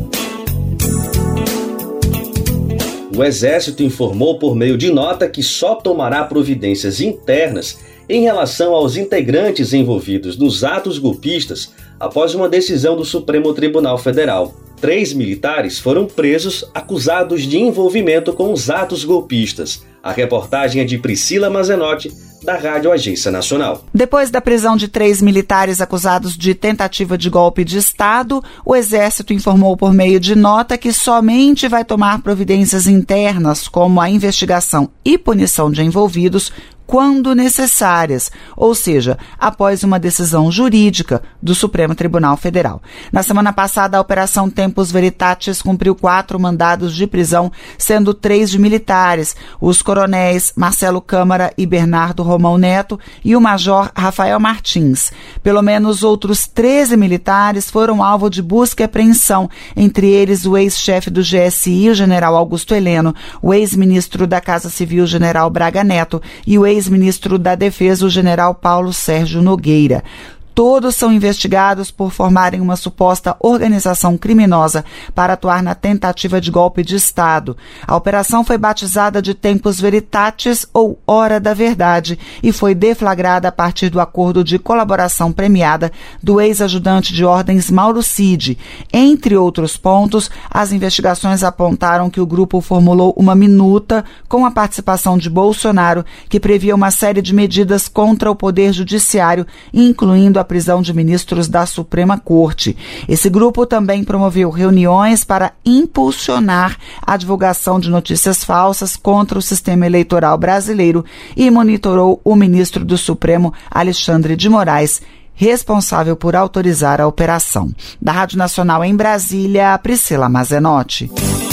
O Exército informou por meio de nota que só tomará providências internas em relação aos integrantes envolvidos nos atos golpistas após uma decisão do Supremo Tribunal Federal. Três militares foram presos acusados de envolvimento com os atos golpistas. A reportagem é de Priscila Mazenotti, da Rádio Agência Nacional. Depois da prisão de três militares acusados de tentativa de golpe de Estado, o Exército informou por meio de nota que somente vai tomar providências internas, como a investigação e punição de envolvidos, quando necessárias, ou seja, após uma decisão jurídica do Supremo Tribunal Federal. Na semana passada, a Operação Tempus Veritatis cumpriu quatro mandados de prisão, sendo três de militares, os coronéis Marcelo Câmara e Bernardo Romão Neto e o major Rafael Martins. Pelo menos outros treze militares foram alvo de busca e apreensão, entre eles o ex-chefe do G S I, o general Augusto Heleno, o ex-ministro da Casa Civil, general Braga Neto, e o ex ex-ministro da Defesa, o general Paulo Sérgio Nogueira. Todos são investigados por formarem uma suposta organização criminosa para atuar na tentativa de golpe de Estado. A operação foi batizada de Tempus Veritatis, ou Hora da Verdade, e foi deflagrada a partir do acordo de colaboração premiada do ex-ajudante de ordens Mauro Cid. Entre outros pontos, as investigações apontaram que o grupo formulou uma minuta com a participação de Bolsonaro, que previa uma série de medidas contra o Poder Judiciário, incluindo a prisão de ministros da Suprema Corte. Esse grupo também promoveu reuniões para impulsionar a divulgação de notícias falsas contra o sistema eleitoral brasileiro e monitorou o ministro do Supremo, Alexandre de Moraes, responsável por autorizar a operação. Da Rádio Nacional em Brasília, Priscila Mazenotti.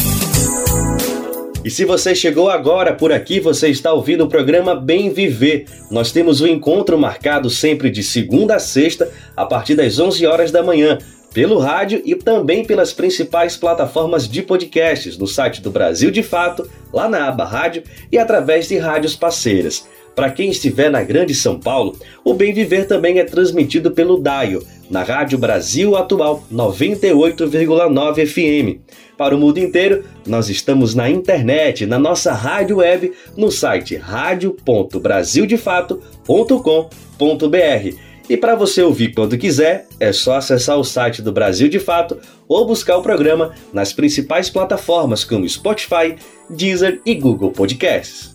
E se você chegou agora por aqui, você está ouvindo o programa Bem Viver. Nós temos um encontro marcado sempre de segunda a sexta, a partir das onze horas da manhã, pelo rádio e também pelas principais plataformas de podcasts, no site do Brasil de Fato, lá na aba Rádio e através de rádios parceiras. Para quem estiver na Grande São Paulo, o Bem Viver também é transmitido pelo Daio, na Rádio Brasil Atual noventa e oito vírgula nove F M. Para o mundo inteiro, nós estamos na internet, na nossa rádio web, no site rádio ponto brasil de fato ponto com ponto b r. E para você ouvir quando quiser, é só acessar o site do Brasil de Fato ou buscar o programa nas principais plataformas como Spotify, Deezer e Google Podcasts.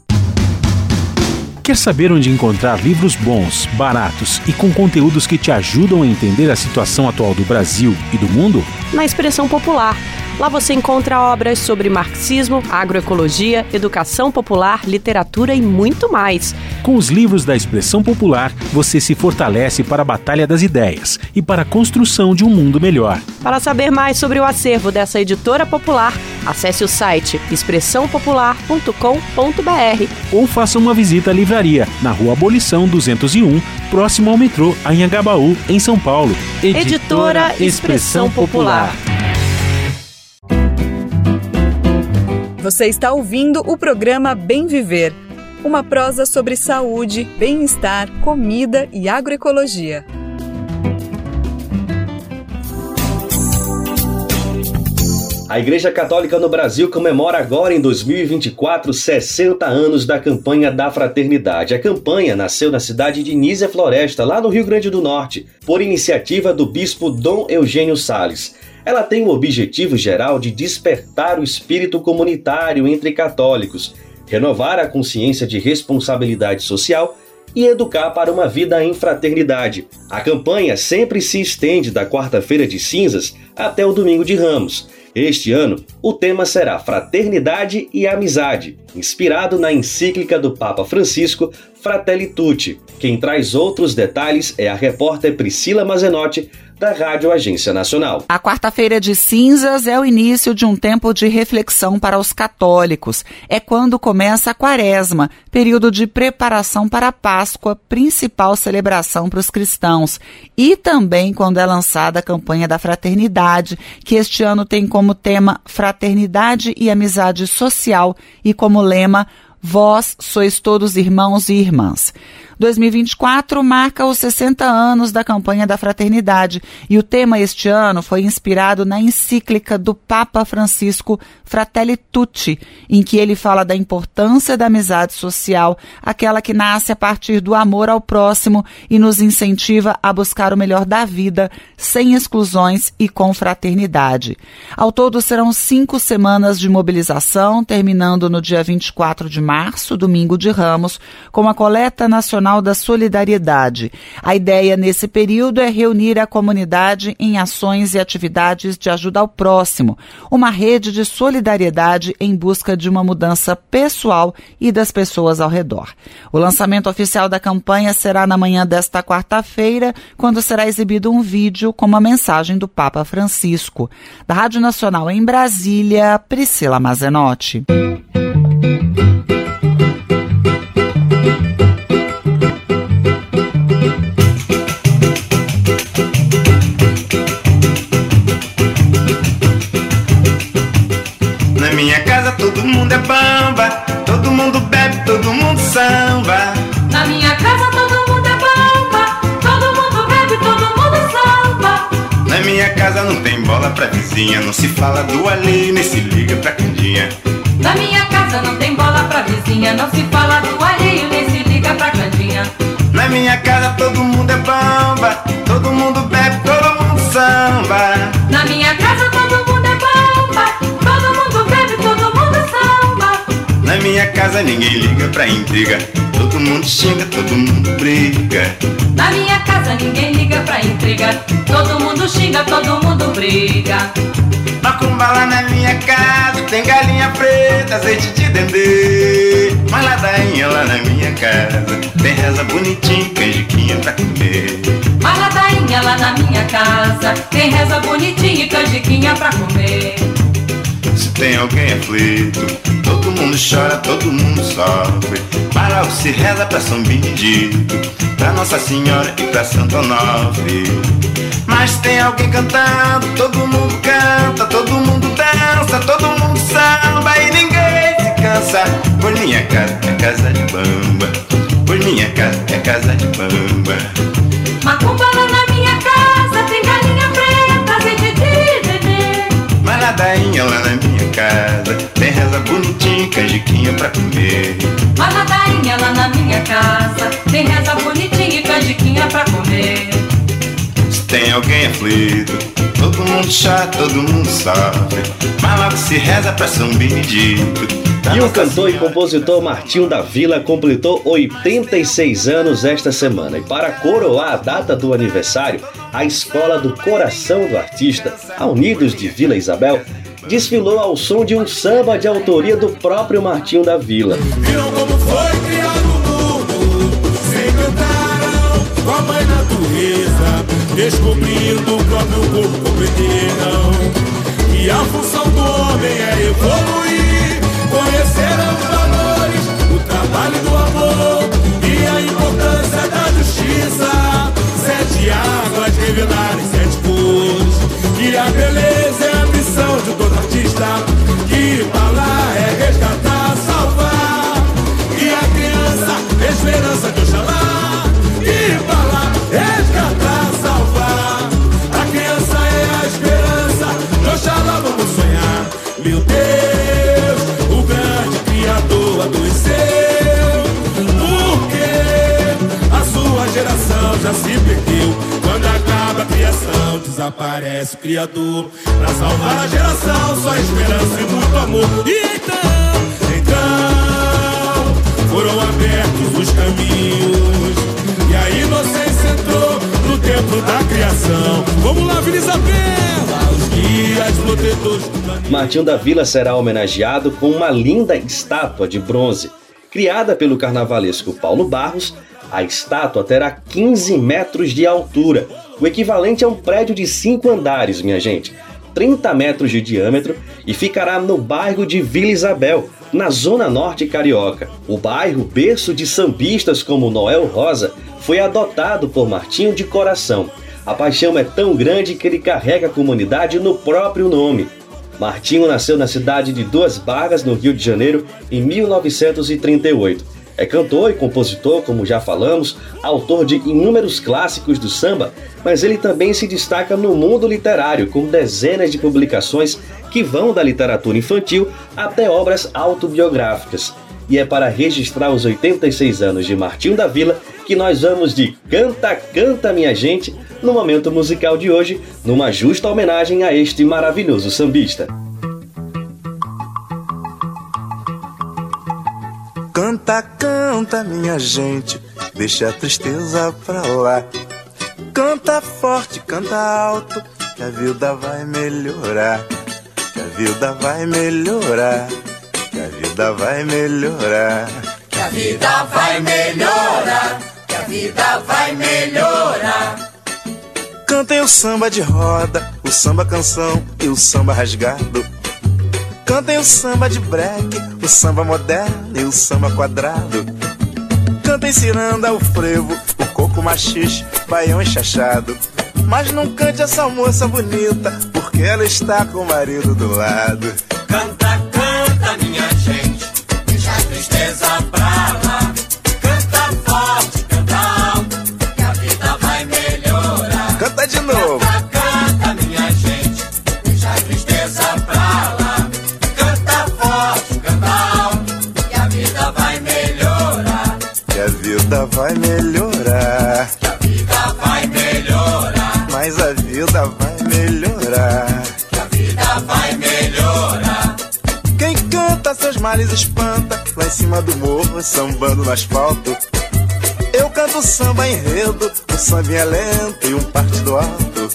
Quer saber onde encontrar livros bons, baratos e com conteúdos que te ajudam a entender a situação atual do Brasil e do mundo? Na Expressão Popular. Lá você encontra obras sobre marxismo, agroecologia, educação popular, literatura e muito mais. Com os livros da Expressão Popular, você se fortalece para a batalha das ideias e para a construção de um mundo melhor. Para saber mais sobre o acervo dessa editora popular, acesse o site expressão popular ponto com ponto b r ou faça uma visita à livraria na Rua Abolição duzentos e um, próximo ao metrô Anhangabaú, em São Paulo. Editora, editora Expressão Popular. Você está ouvindo o programa Bem Viver, uma prosa sobre saúde, bem-estar, comida e agroecologia. A Igreja Católica no Brasil comemora agora, em dois mil e vinte e quatro, sessenta anos da campanha da Fraternidade. A campanha nasceu na cidade de Nísia Floresta, lá no Rio Grande do Norte, por iniciativa do bispo Dom Eugênio Salles. Ela tem o objetivo geral de despertar o espírito comunitário entre católicos, renovar a consciência de responsabilidade social e educar para uma vida em fraternidade. A campanha sempre se estende da quarta-feira de cinzas até o domingo de Ramos. Este ano, o tema será Fraternidade e Amizade, inspirado na encíclica do Papa Francisco, Fratelli Tutti. Quem traz outros detalhes é a repórter Priscila Mazenotti, da Rádio Agência Nacional. A quarta-feira de cinzas é o início de um tempo de reflexão para os católicos. É quando começa a Quaresma, período de preparação para a Páscoa, principal celebração para os cristãos. E também quando é lançada a campanha da Fraternidade, que este ano tem como tema Fraternidade e Amizade Social e como lema Vós sois todos irmãos e irmãs. dois mil e vinte e quatro marca os sessenta anos da campanha da Fraternidade e o tema este ano foi inspirado na encíclica do Papa Francisco Fratelli Tutti, em que ele fala da importância da amizade social, aquela que nasce a partir do amor ao próximo e nos incentiva a buscar o melhor da vida, sem exclusões e com fraternidade. Ao todo serão cinco semanas de mobilização, terminando no dia vinte e quatro de março, domingo de Ramos, com a coleta nacional da solidariedade. A ideia nesse período é reunir a comunidade em ações e atividades de ajuda ao próximo, uma rede de solidariedade em busca de uma mudança pessoal e das pessoas ao redor. O lançamento oficial da campanha será na manhã desta quarta-feira, quando será exibido um vídeo com uma mensagem do Papa Francisco. Da Rádio Nacional em Brasília, Priscila Mazenotti. Na minha casa todo mundo é bamba, todo mundo bebe, todo mundo samba. Na minha casa todo mundo é bamba, todo mundo bebe, todo mundo samba. Na minha casa não tem bola pra vizinha, não se fala do alheio, nem se liga pra candinha. Na minha casa não tem bola pra vizinha, não se fala do alheio, nem se liga pra candinha. Na minha casa todo mundo é bamba, todo mundo bebe, todo mundo samba. Na minha casa todo mundo é bamba, todo mundo bebe, todo mundo samba. Na minha casa ninguém liga pra intriga, todo mundo xinga, todo mundo briga. Na minha casa ninguém liga pra intriga, todo mundo xinga, todo mundo briga. Macumba lá na minha casa, tem galinha preta, azeite de dendê. Mas ladainha lá na minha casa, tem reza bonitinha, canjiquinha pra comer. Mas ladainha lá na minha casa, tem reza bonitinha e canjiquinha pra comer. Se tem alguém aflito, todo mundo chora, todo mundo sofre. Mas logo se reza pra São Benedito, pra Nossa Senhora e pra Santo Onofre. Mas tem alguém cantando, todo mundo canta, todo mundo dança, todo mundo samba e ninguém se cansa. Por minha casa é casa de bamba, por minha casa é casa de bamba. Macumba lá na minha casa, tem galinha preta, azeite de dendê. Mas ladainha lá na minha casa, tem reza bonitinha, canjiquinha pra comer. Mas ladainha lá na minha casa, tem reza bonitinha e canjiquinha pra comer. Tem alguém aflito, todo mundo chora, todo mundo sofre. Mas logo se reza pra São Benedito. E o cantor e compositor Martinho da Vila completou oitenta e seis anos esta semana. E para coroar a data do aniversário, a Escola do Coração do Artista, a Unidos de Vila Isabel, desfilou ao som de um samba de autoria do próprio Martinho da Vila. Viram como foi criado o mundo, se encantaram com a mãe natureza, descobrindo o próprio corpo, compreenderam que a função do homem é evoluir, conheceram os valores, o trabalho do amor e a importância da justiça. Sete águas revelaram sete cores, que a beleza é a missão de todo artista, que falar é resgatar, salvar, e a criança é esperança de Oxalá, que falar é resgatar, salvar, a criança é a esperança de Oxalá, vamos sonhar. Meu Deus, o grande Criador adoeceu, porque a sua geração já se perdeu. Quando acaba a criação, desaparece o Criador. Pra salvar a geração, só esperança e muito amor. E então, então, foram abertos os caminhos e a inocência entrou no templo da criação. Vamos lá, Vila Isabela, os guias protetores do planeta. Martinho da Vila será homenageado com uma linda estátua de bronze. Criada pelo carnavalesco Paulo Barros, a estátua terá quinze metros de altura, o equivalente a um prédio de cinco andares, minha gente, trinta metros de diâmetro, e ficará no bairro de Vila Isabel, na zona norte carioca. O bairro, berço de sambistas como Noel Rosa, foi adotado por Martinho de coração. A paixão é tão grande que ele carrega a comunidade no próprio nome. Martinho nasceu na cidade de Duas Barras, no Rio de Janeiro, em mil novecentos e trinta e oito. É cantor e compositor, como já falamos, autor de inúmeros clássicos do samba, mas ele também se destaca no mundo literário, com dezenas de publicações que vão da literatura infantil até obras autobiográficas. E é para registrar os oitenta e seis anos de Martinho da Vila que nós vamos de Canta, Canta, Minha Gente, no momento musical de hoje, numa justa homenagem a este maravilhoso sambista. Canta, canta, minha gente, deixa a tristeza pra lá. Canta forte, canta alto, que a vida vai melhorar. Que a vida vai melhorar. Que a vida vai melhorar. Que a vida vai melhorar. Que a vida vai melhorar. Cantem o samba de roda, o samba canção e o samba rasgado. Cantem o samba de breque, o samba moderno e o samba quadrado. Cantem ciranda, o frevo, o coco machixe, baião enxachado. Mas não cante essa moça bonita, porque ela está com o marido do lado. Canta, canta, minha gente, deixa a tristeza pra lá. Canta forte, canta alto, que a vida vai melhorar. Canta de novo. Canta, canta, minha gente, deixa a tristeza pra lá. Canta forte, canta alto, que a vida vai melhorar. Que a vida vai melhorar. Que a vida vai melhorar. Mas a vida vai melhorar. Que a vida vai melhorar. Quem canta seus males espanta, lá em cima do morro, sambando no asfalto. Eu canto samba enredo, o samba é lento e um partido alto.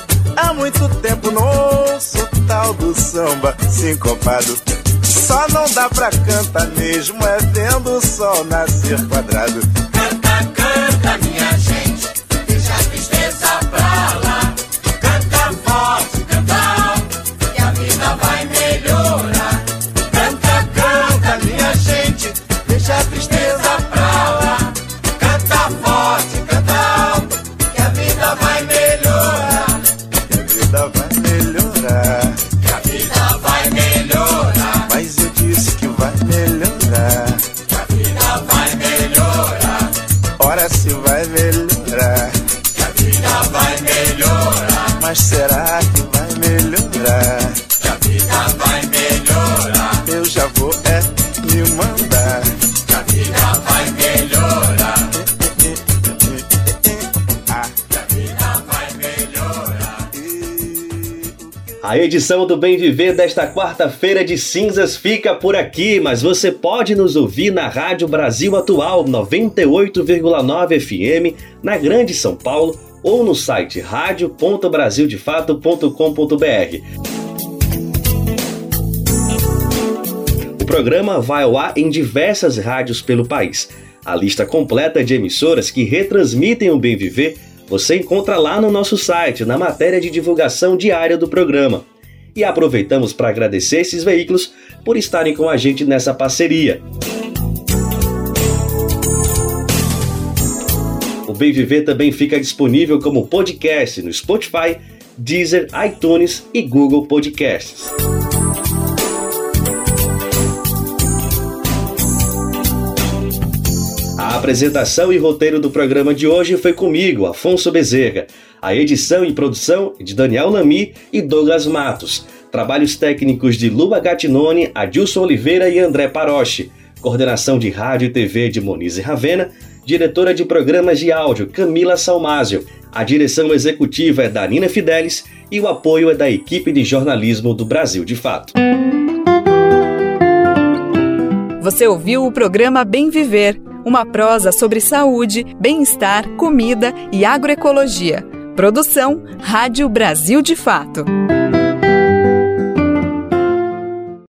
Há muito tempo não ouço o tal do samba sincopado. Só não dá pra cantar mesmo, é vendo o sol nascer quadrado. Canta, canta, minha gente, deixa a tristeza pra lá. Canta forte, canta alto, que a vida vai melhorar. Canta, canta, minha gente, deixa a tristeza pra lá. Canta forte, canta alto, que a vida vai melhorar. Que a vida vai melhorar. Que a vida vai melhorar. Mas eu disse que vai melhorar. Que a vida vai melhorar. Ora se vai melhorar. Que a vida vai melhorar. Mas será que vai melhorar? Que a vida vai melhorar. Eu já vou é me mandar. Que a vida vai melhorar. Que a vida vai melhorar. A edição do Bem Viver desta quarta-feira de cinzas fica por aqui, mas você pode nos ouvir na Rádio Brasil Atual noventa e oito vírgula nove F M, na Grande São Paulo, ou no site rádio ponto brasil de fato ponto com ponto b r. O programa vai ao ar em diversas rádios pelo país. A lista completa de emissoras que retransmitem o Bem Viver você encontra lá no nosso site, na matéria de divulgação diária do programa. E aproveitamos para agradecer esses veículos por estarem com a gente nessa parceria. O Bem Viver também fica disponível como podcast no Spotify, Deezer, iTunes e Google Podcasts. A apresentação e roteiro do programa de hoje foi comigo, Afonso Bezerra. A edição e produção é de Daniel Lamy e Douglas Matos. Trabalhos técnicos de Luba Gattinone, Adilson Oliveira e André Paroche. Coordenação de rádio e T V de Monize Ravena. Diretora de programas de áudio, Camila Salmásio. A direção executiva é da Nina Fidelis e o apoio é da equipe de jornalismo do Brasil de Fato. Você ouviu o programa Bem Viver, uma prosa sobre saúde, bem-estar, comida e agroecologia. Produção Rádio Brasil de Fato.